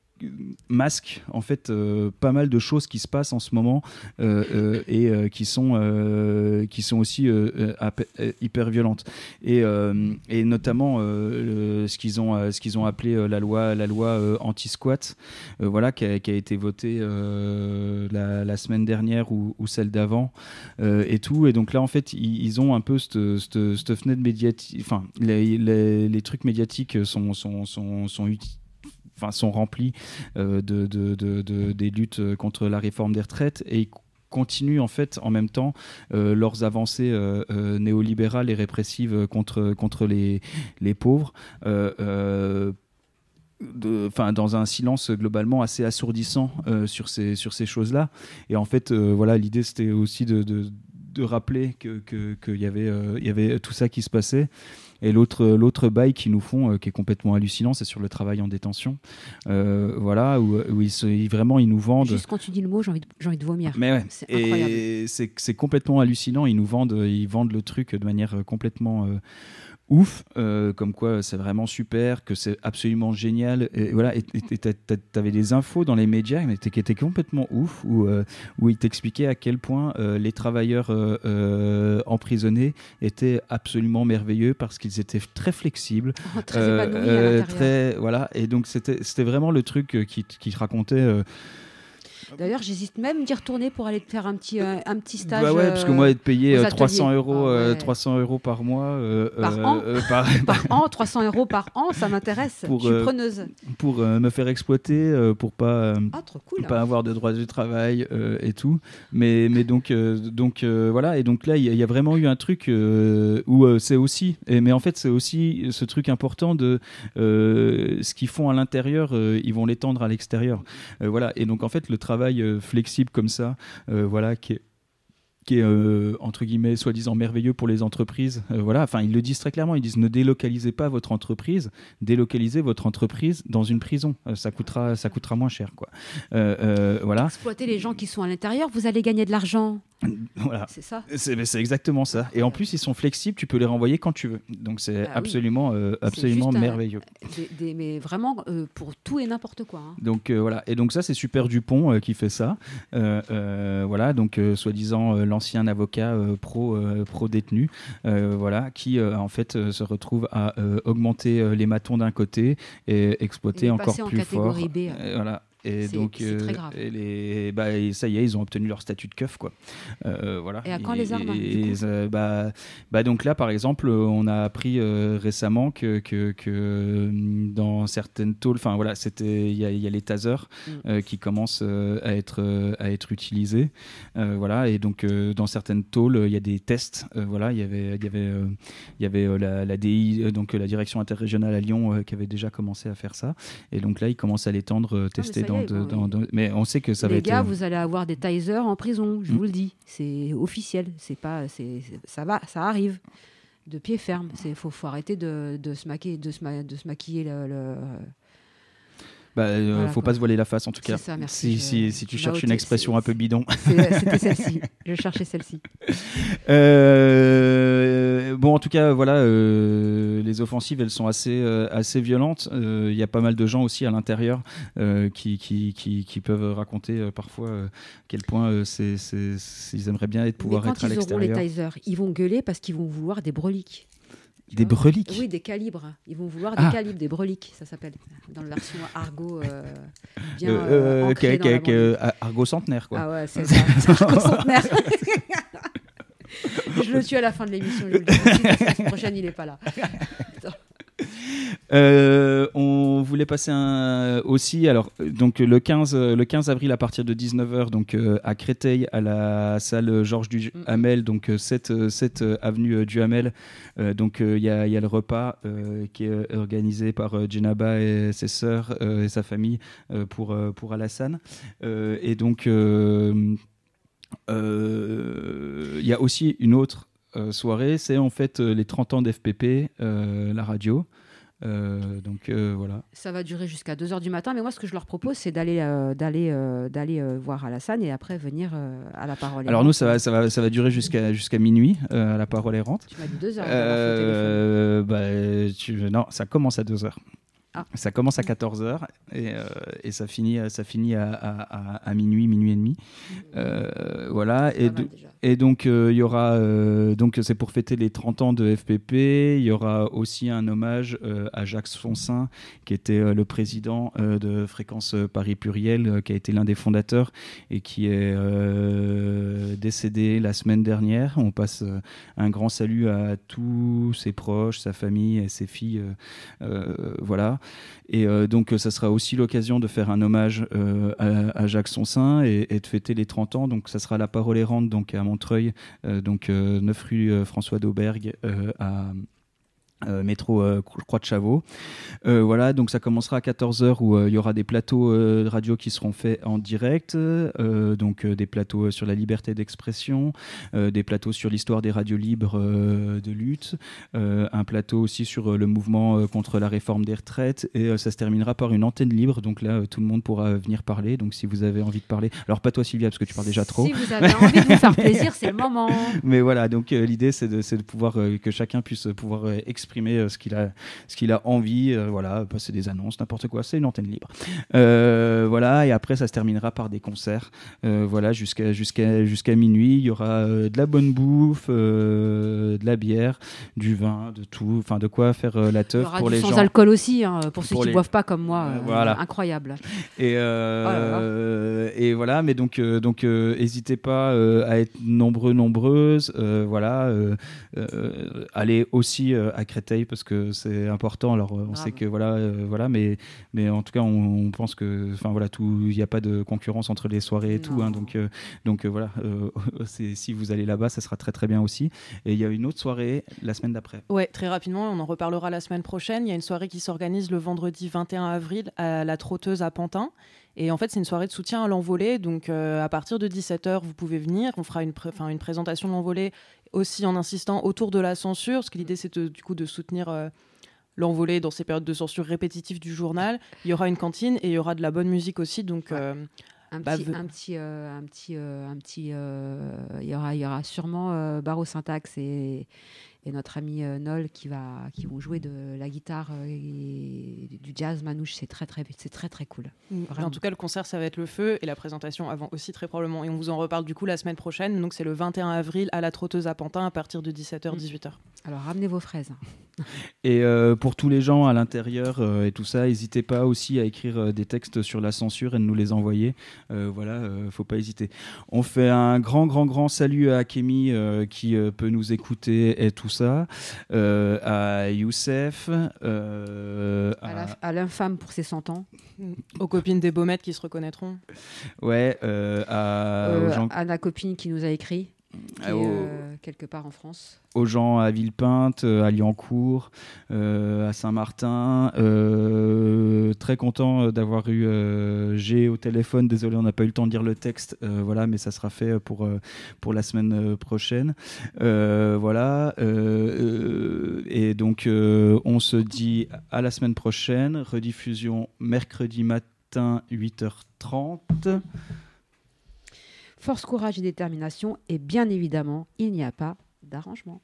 masque en fait euh, pas mal de choses qui se passent en ce moment euh, euh, et euh, qui sont euh, qui sont aussi euh, euh, ap- euh, hyper violentes et, euh, et notamment euh, le- ce qu'ils ont euh, ce qu'ils ont appelé euh, la loi la loi euh, anti-squat, euh, voilà, qui a, qui a été votée euh, la, la semaine dernière ou, ou celle d'avant, euh, et tout. Et donc là en fait ils, ils ont un peu cette, cette, cette fenêtre médiatique, enfin les, les, les trucs médiatiques sont sont sont, sont utiles, enfin, sont remplis euh, de, de, de, de, des luttes contre la réforme des retraites, et ils continuent en fait en même temps euh, leurs avancées euh, euh, néolibérales et répressives contre, contre les, les pauvres. Euh, euh, de, dans un silence globalement assez assourdissant euh, sur ces, sur ces choses-là. Et en fait, euh, voilà, l'idée c'était aussi de, de, de rappeler qu'il que, que y, avait, euh, y avait tout ça qui se passait. Et l'autre, l'autre bail qu'ils nous font, euh, qui est complètement hallucinant, c'est sur le travail en détention. Euh, voilà, où, où ils, se, ils, vraiment, ils nous vendent... Juste quand tu dis le mot, j'ai envie de, j'ai envie de vomir. Mais ouais. C'est incroyable. Et c'est, c'est complètement hallucinant. Ils nous vendent, ils vendent le truc de manière complètement... Euh, ouf, euh, comme quoi c'est vraiment super, que c'est absolument génial, et voilà, et t'avais des infos dans les médias mais qui étaient complètement ouf, où, euh, où ils t'expliquaient à quel point euh, les travailleurs euh, euh, emprisonnés étaient absolument merveilleux parce qu'ils étaient très flexibles, oh, très épanouis euh, à l'intérieur. Très, voilà, et donc c'était, c'était vraiment le truc qui, qui racontait... Euh, D'ailleurs, j'hésite même d'y retourner pour aller faire un petit, euh, un petit stage. Bah ouais, parce que moi, être payé euh, trois cents euros, ah ouais. euh, trois cents euros par mois. Euh, par euh, an euh, par... par an, trois cents euros par an, ça m'intéresse. Pour, Je suis preneuse. Euh, pour euh, me faire exploiter, euh, pour pas, euh, ah, trop cool, pas hein. avoir de droit du travail euh, et tout. Mais, mais donc, euh, donc euh, voilà. Et donc là, il y, y a vraiment eu un truc euh, où euh, c'est aussi. Et, mais en fait, c'est aussi ce truc important de euh, ce qu'ils font à l'intérieur, euh, ils vont l'étendre à l'extérieur. Euh, voilà. Et donc, en fait, le travail euh, flexible comme ça, euh, voilà, qui est qui est euh, entre guillemets soi-disant merveilleux pour les entreprises, euh, voilà, enfin ils le disent très clairement, ils disent ne délocalisez pas votre entreprise, délocalisez votre entreprise dans une prison, euh, ça coûtera ça coûtera moins cher, quoi. Euh, euh, voilà. Exploiter les gens qui sont à l'intérieur, vous allez gagner de l'argent. Voilà. C'est ça. C'est, c'est exactement ça. Et en plus, ils sont flexibles, tu peux les renvoyer quand tu veux. Donc c'est bah absolument, oui. euh, absolument merveilleux. Un, des, des, mais vraiment euh, pour tout et n'importe quoi. Hein. Donc euh, voilà. Et donc ça, c'est Super Dupont euh, qui fait ça. Euh, euh, voilà. Donc euh, soi-disant euh, l'ancien avocat euh, pro euh, pro détenu, euh, voilà, qui euh, en fait euh, se retrouve à euh, augmenter euh, les matons d'un côté et exploiter et encore plus fort. B, hein. euh, voilà. Et C'est- donc, c'est très euh, grave. et les, bah, et ça y est, ils ont obtenu leur statut de keuf, quoi. Euh, voilà. Et à quand les armes, du et, coup euh, bah, bah, donc là, par exemple, on a appris euh, récemment que, que, que euh, dans certaines tôles, enfin voilà, c'était il y, a- il y a les tasers Mm. euh, qui commencent euh, à être euh, à être utilisés, euh, voilà. Et donc euh, dans certaines tôles, il y a des tests, euh, voilà. Il y avait il y avait euh, il y avait euh, la, la D I, euh, donc euh, la direction interrégionale à Lyon, euh, qui avait déjà commencé à faire ça. Et donc là, ils commencent à l'étendre, euh, tester ça y dans, est, de- bon, dans- oui. dans- mais on sait que ça va Les être. gars, euh, vous allez avoir des tasers en prison, je Mm. vous le dis. C'est officiel. C'est pas, c'est, c'est- ça va, ça arrive. De pied ferme. Il faut, faut arrêter de, de se maquiller, de se, ma- de se maquiller le. le- Bah, euh, Voilà, faut quoi. pas se voiler la face en tout C'est cas. ça, merci, si, je- si, si tu Bah, cherches ok, une expression c'est- un peu bidon. c'est- C'était celle-ci. Je cherchais celle-ci. Euh, bon, en tout cas, voilà, euh, les offensives, elles sont assez, euh, assez violentes. Euh, Il y a pas mal de gens aussi à l'intérieur euh, qui, qui, qui, qui peuvent raconter euh, parfois euh, à quel point euh, c'est, c'est, c'est- ils aimeraient bien être, Mais pouvoir quand être à ils auront les l'extérieur. tasers, ils vont gueuler parce qu'ils vont vouloir des breliques. Tu Des vois breliques. Oui, des calibres. Ils vont vouloir des Ah. calibres, des breliques, ça s'appelle. Dans la version argot euh, bien Euh, euh, euh, ancrée qu'à- dans la qu'à- banlieue. qu'à- Argot centenaire, quoi. Ah ouais, c'est ça. C'est argot centenaire. Je le tue à la fin de l'émission. Je le dis tout de suite, la semaine prochaine, il n'est pas là. Euh, on voulait passer un, aussi, alors, euh, donc le quinze, euh, le quinze avril à partir de dix-neuf heures, donc euh, à Créteil, à la salle Georges Duhamel, donc euh, sept, euh, sept euh, avenue euh, Duhamel. Euh, donc il euh, y, a, y a le repas euh, qui est euh, organisé par euh, Djenaba et ses sœurs euh, et sa famille euh, pour, euh, pour Alassane. Euh, et donc il euh, euh, y a aussi une autre euh, soirée, c'est en fait euh, les trente ans d'F P P, euh, la radio. Euh, donc euh, voilà. Ça va durer jusqu'à deux heures du matin, mais moi ce que je leur propose c'est d'aller euh, d'aller euh, d'aller euh, voir Alassane et après venir euh, à la parole. Alors nous ça va ça va ça va durer jusqu'à jusqu'à minuit euh, à la parole errante. Tu m'as dit deux heures. Euh, bah, tu, non, ça commence à deux heures. Ah. Ça commence à quatorze heures et, euh, et ça finit, ça finit à, à, à, à minuit, minuit et demi. Euh, voilà. Et, de, et donc, il euh, y aura. Euh, donc, c'est pour fêter les trente ans de F P P. Il y aura aussi un hommage euh, à Jacques Fonsin, qui était euh, le président euh, de Fréquence Paris Pluriel, euh, qui a été l'un des fondateurs et qui est euh, décédé la semaine dernière. On passe euh, un grand salut à tous ses proches, sa famille et ses filles. Euh, euh, voilà. Et euh, donc, ça sera aussi l'occasion de faire un hommage euh, à, à Jacques Fonsin et, et de fêter les trente ans. Donc, ça sera la parole errante donc, à Montreuil, euh, donc euh, neuf rue euh, François d'Aubergue, euh, à. Euh, métro euh, Croix de Chavaux. Euh, voilà, donc ça commencera à quatorze heures où il euh, y aura des plateaux euh, de radio qui seront faits en direct, euh, donc euh, des plateaux sur la liberté d'expression, euh, des plateaux sur l'histoire des radios libres euh, de lutte, euh, un plateau aussi sur euh, le mouvement euh, contre la réforme des retraites et euh, ça se terminera par une antenne libre, donc là euh, tout le monde pourra venir parler, donc si vous avez envie de parler, alors pas toi Sylvia parce que tu parles déjà trop. Si vous avez envie de vous faire plaisir, c'est le moment. Mais voilà, donc euh, l'idée c'est de, c'est de pouvoir, euh, que chacun puisse pouvoir euh, exprimer exprimer ce qu'il a, ce qu'il a envie, euh, voilà, passer des annonces, n'importe quoi, c'est une antenne libre. Euh, voilà, et après ça se terminera par des concerts, euh, voilà, jusqu'à, jusqu'à, jusqu'à minuit, il y aura euh, de la bonne bouffe, euh, de la bière, du vin, de tout, enfin de quoi faire euh, la teuf pour les gens. Sans alcool aussi, hein, pour ceux pour qui les... boivent pas comme moi, euh, euh, voilà. Incroyable. Et, euh, oh et voilà, mais donc, euh, donc euh, n'hésitez pas euh, à être nombreux, nombreuses, euh, voilà, euh, euh, allez aussi euh, à Créteil parce que c'est important. Alors on Bravo. sait que voilà, euh, voilà, mais mais en tout cas on, on pense que, enfin voilà, tout, il n'y a pas de concurrence entre les soirées et non. tout, hein, donc euh, donc euh, voilà, euh, c'est, si vous allez là-bas, ça sera très très bien aussi. Et il y a une autre soirée la semaine d'après. Ouais, très rapidement, on en reparlera la semaine prochaine. Il y a une soirée qui s'organise le vendredi vingt et un avril à la Trotteuse à Pantin. Et en fait, c'est une soirée de soutien à l'Envolée. Donc, euh, à partir de dix-sept heures, vous pouvez venir. On fera une, pré- une présentation de l'Envolée aussi en insistant autour de la censure. Parce que l'idée, c'est de, du coup de soutenir euh, l'Envolée dans ces périodes de censure répétitives du journal. Il y aura une cantine et il y aura de la bonne musique aussi. Donc, ouais. euh, un, bah, petit, un petit, euh, un petit, euh, un petit, euh, il y aura, il y aura sûrement euh, Barreau Syntaxe et et notre ami euh, Nol qui, va, qui vont jouer de la guitare euh, et du jazz manouche. C'est très, très, c'est très, très cool. En tout cas, le concert, ça va être le feu et la présentation avant aussi, très probablement. Et on vous en reparle du coup la semaine prochaine. Donc, c'est le vingt et un avril à la Trotteuse à Pantin à partir de dix-sept heures, dix-huit heures. Alors, ramenez vos fraises. Et euh, pour tous les gens à l'intérieur euh, et tout ça, n'hésitez pas aussi à écrire euh, des textes sur la censure et de nous les envoyer. Euh, voilà, euh, faut pas hésiter. On fait un grand, grand, grand salut à Akemi euh, qui euh, peut nous écouter et tout ça, euh, à Youssef, euh, à, la, à l'infâme pour ses cent ans. Aux copines des Baumettes qui se reconnaîtront. Ouais, euh, à euh, aux gens... à la copine qui nous a écrit. Qui est, euh, quelque part en France. Aux gens à Villepinte, à Liancourt, euh, à Saint-Martin. Euh, très content d'avoir eu euh, G au téléphone. Désolé, on n'a pas eu le temps de lire le texte, euh, voilà, mais ça sera fait pour, euh, pour la semaine prochaine. Euh, voilà. Euh, et donc, euh, on se dit à la semaine prochaine. Rediffusion mercredi matin, huit heures trente. Force, courage et détermination, et bien évidemment, il n'y a pas d'arrangement.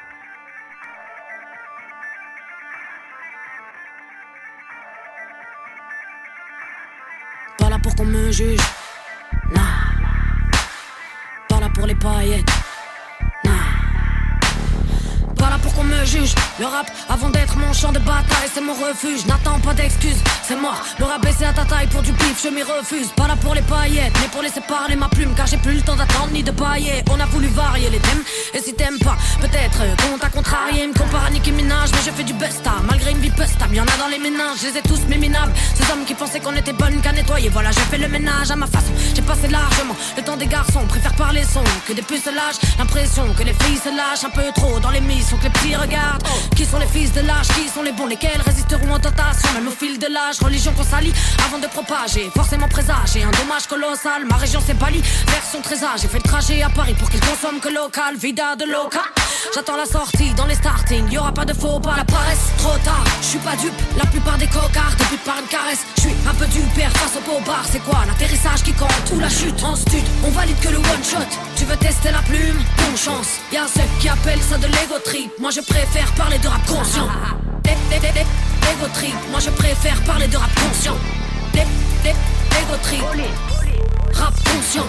Pas là pour qu'on me juge, non. Pas là pour les paillettes, non. Pas là pour qu'on me juge. Le rap, avant d'être mon champ de bataille, c'est mon refuge. N'attends pas d'excuses, c'est mort. Le rap baissé à ta taille pour du bif, je m'y refuse. Pas là pour les paillettes, mais pour laisser parler ma plume. Car j'ai plus le temps d'attendre ni de bailler. On a voulu varier les thèmes, et si t'aimes pas, peut-être qu'on t'a contrarié. Me compare à Nicki Minaj, mais je fais du besta. Malgré une vie pustable, y'en a dans les ménages, je les ai tous méminables. Ces hommes qui pensaient qu'on était bonnes qu'à nettoyer. Voilà, je fais le ménage à ma façon. J'ai passé largement le temps des garçons. Préfère parler son que des pucelages. L'impression que les filles se lâchent un peu trop dans les missions que les petits regardent. Qui sont les fils de l'âge, qui sont les bons, lesquels résisteront aux tentations, même au fil de l'âge. Religion qu'on salit avant de propager, forcément présager un dommage colossal. Ma région c'est Bali, version très âge. J'ai fait le trajet à Paris pour qu'ils consomment que local, vida de loca. J'attends la sortie dans les starting, y'aura pas de faux pas. La paresse, trop tard, je suis pas dupe. La plupart des cocards débutent par une caresse. Je suis un peu du père face au beau bar. C'est quoi l'atterrissage qui compte ou la chute en stud? On valide que le one shot. Tu veux tester la plume? Bonne chance. Y'a ceux qui appellent ça de l'ego trip. Moi je préfère parler de rap conscient. Ego trip. Moi je préfère parler de rap conscient. Ego trip. Rap conscient.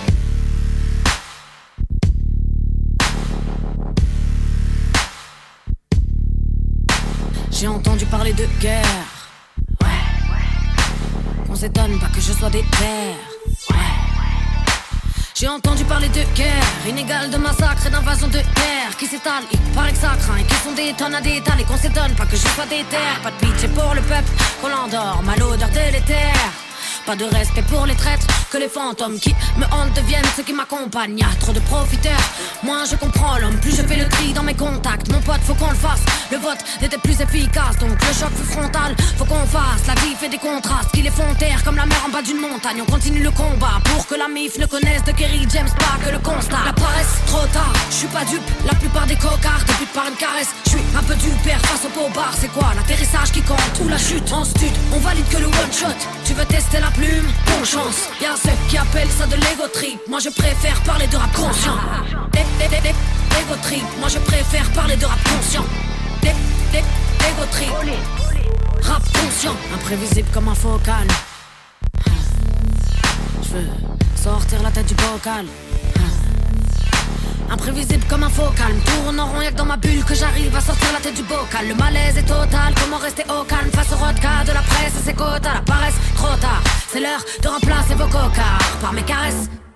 J'ai entendu parler de guerre. Ouais, ouais. Qu'on s'étonne pas que je sois des terres. Ouais. J'ai entendu parler de guerre inégale, de massacre et d'invasion de terre qui s'étale, il paraît que ça craint et qui sont des tonnes à d'étaler. Qu'on s'étonne pas que je sois des terres. Pas de pitié pour le peuple, qu'on l'endort, mal odeur délétère. Pas de respect pour les traîtres, que les fantômes qui me hantent deviennent ceux qui m'accompagnent. Y'a trop de profiteurs, moins je comprends l'homme, plus je fais le tri dans mes contacts. Mon pote, faut qu'on le fasse, le vote n'était plus efficace, donc le choc fut frontal. Faut qu'on fasse, la vie fait des contrastes qui les font taire comme la mer en bas d'une montagne. On continue le combat pour que la M I F ne connaisse de Kerry James, pas que le constat. La paresse, trop tard, je suis pas dupe, la plupart des cocards débutent par une caresse. Je suis un peu du père face au beau bar. C'est quoi l'atterrissage qui compte ou la chute en stud? On valide que le one shot. Tu veux tester la plume? Bonne chance. Y'a ceux qui appellent ça de l'ego trip. Moi je préfère parler de rap conscient. Ego trip. Moi je préfère parler de rap conscient. Ego trip. Rap conscient. Imprévisible comme un focal. Je veux sortir la tête du bocal. Imprévisible comme un faux calme. Tourne en rond, y'a que dans ma bulle que j'arrive à sortir la tête du bocal. Le malaise est total, comment rester au calme face au rodka de la presse et ses quotas. La paresse, trop tard, c'est l'heure de remplacer vos cocards par mes caresses.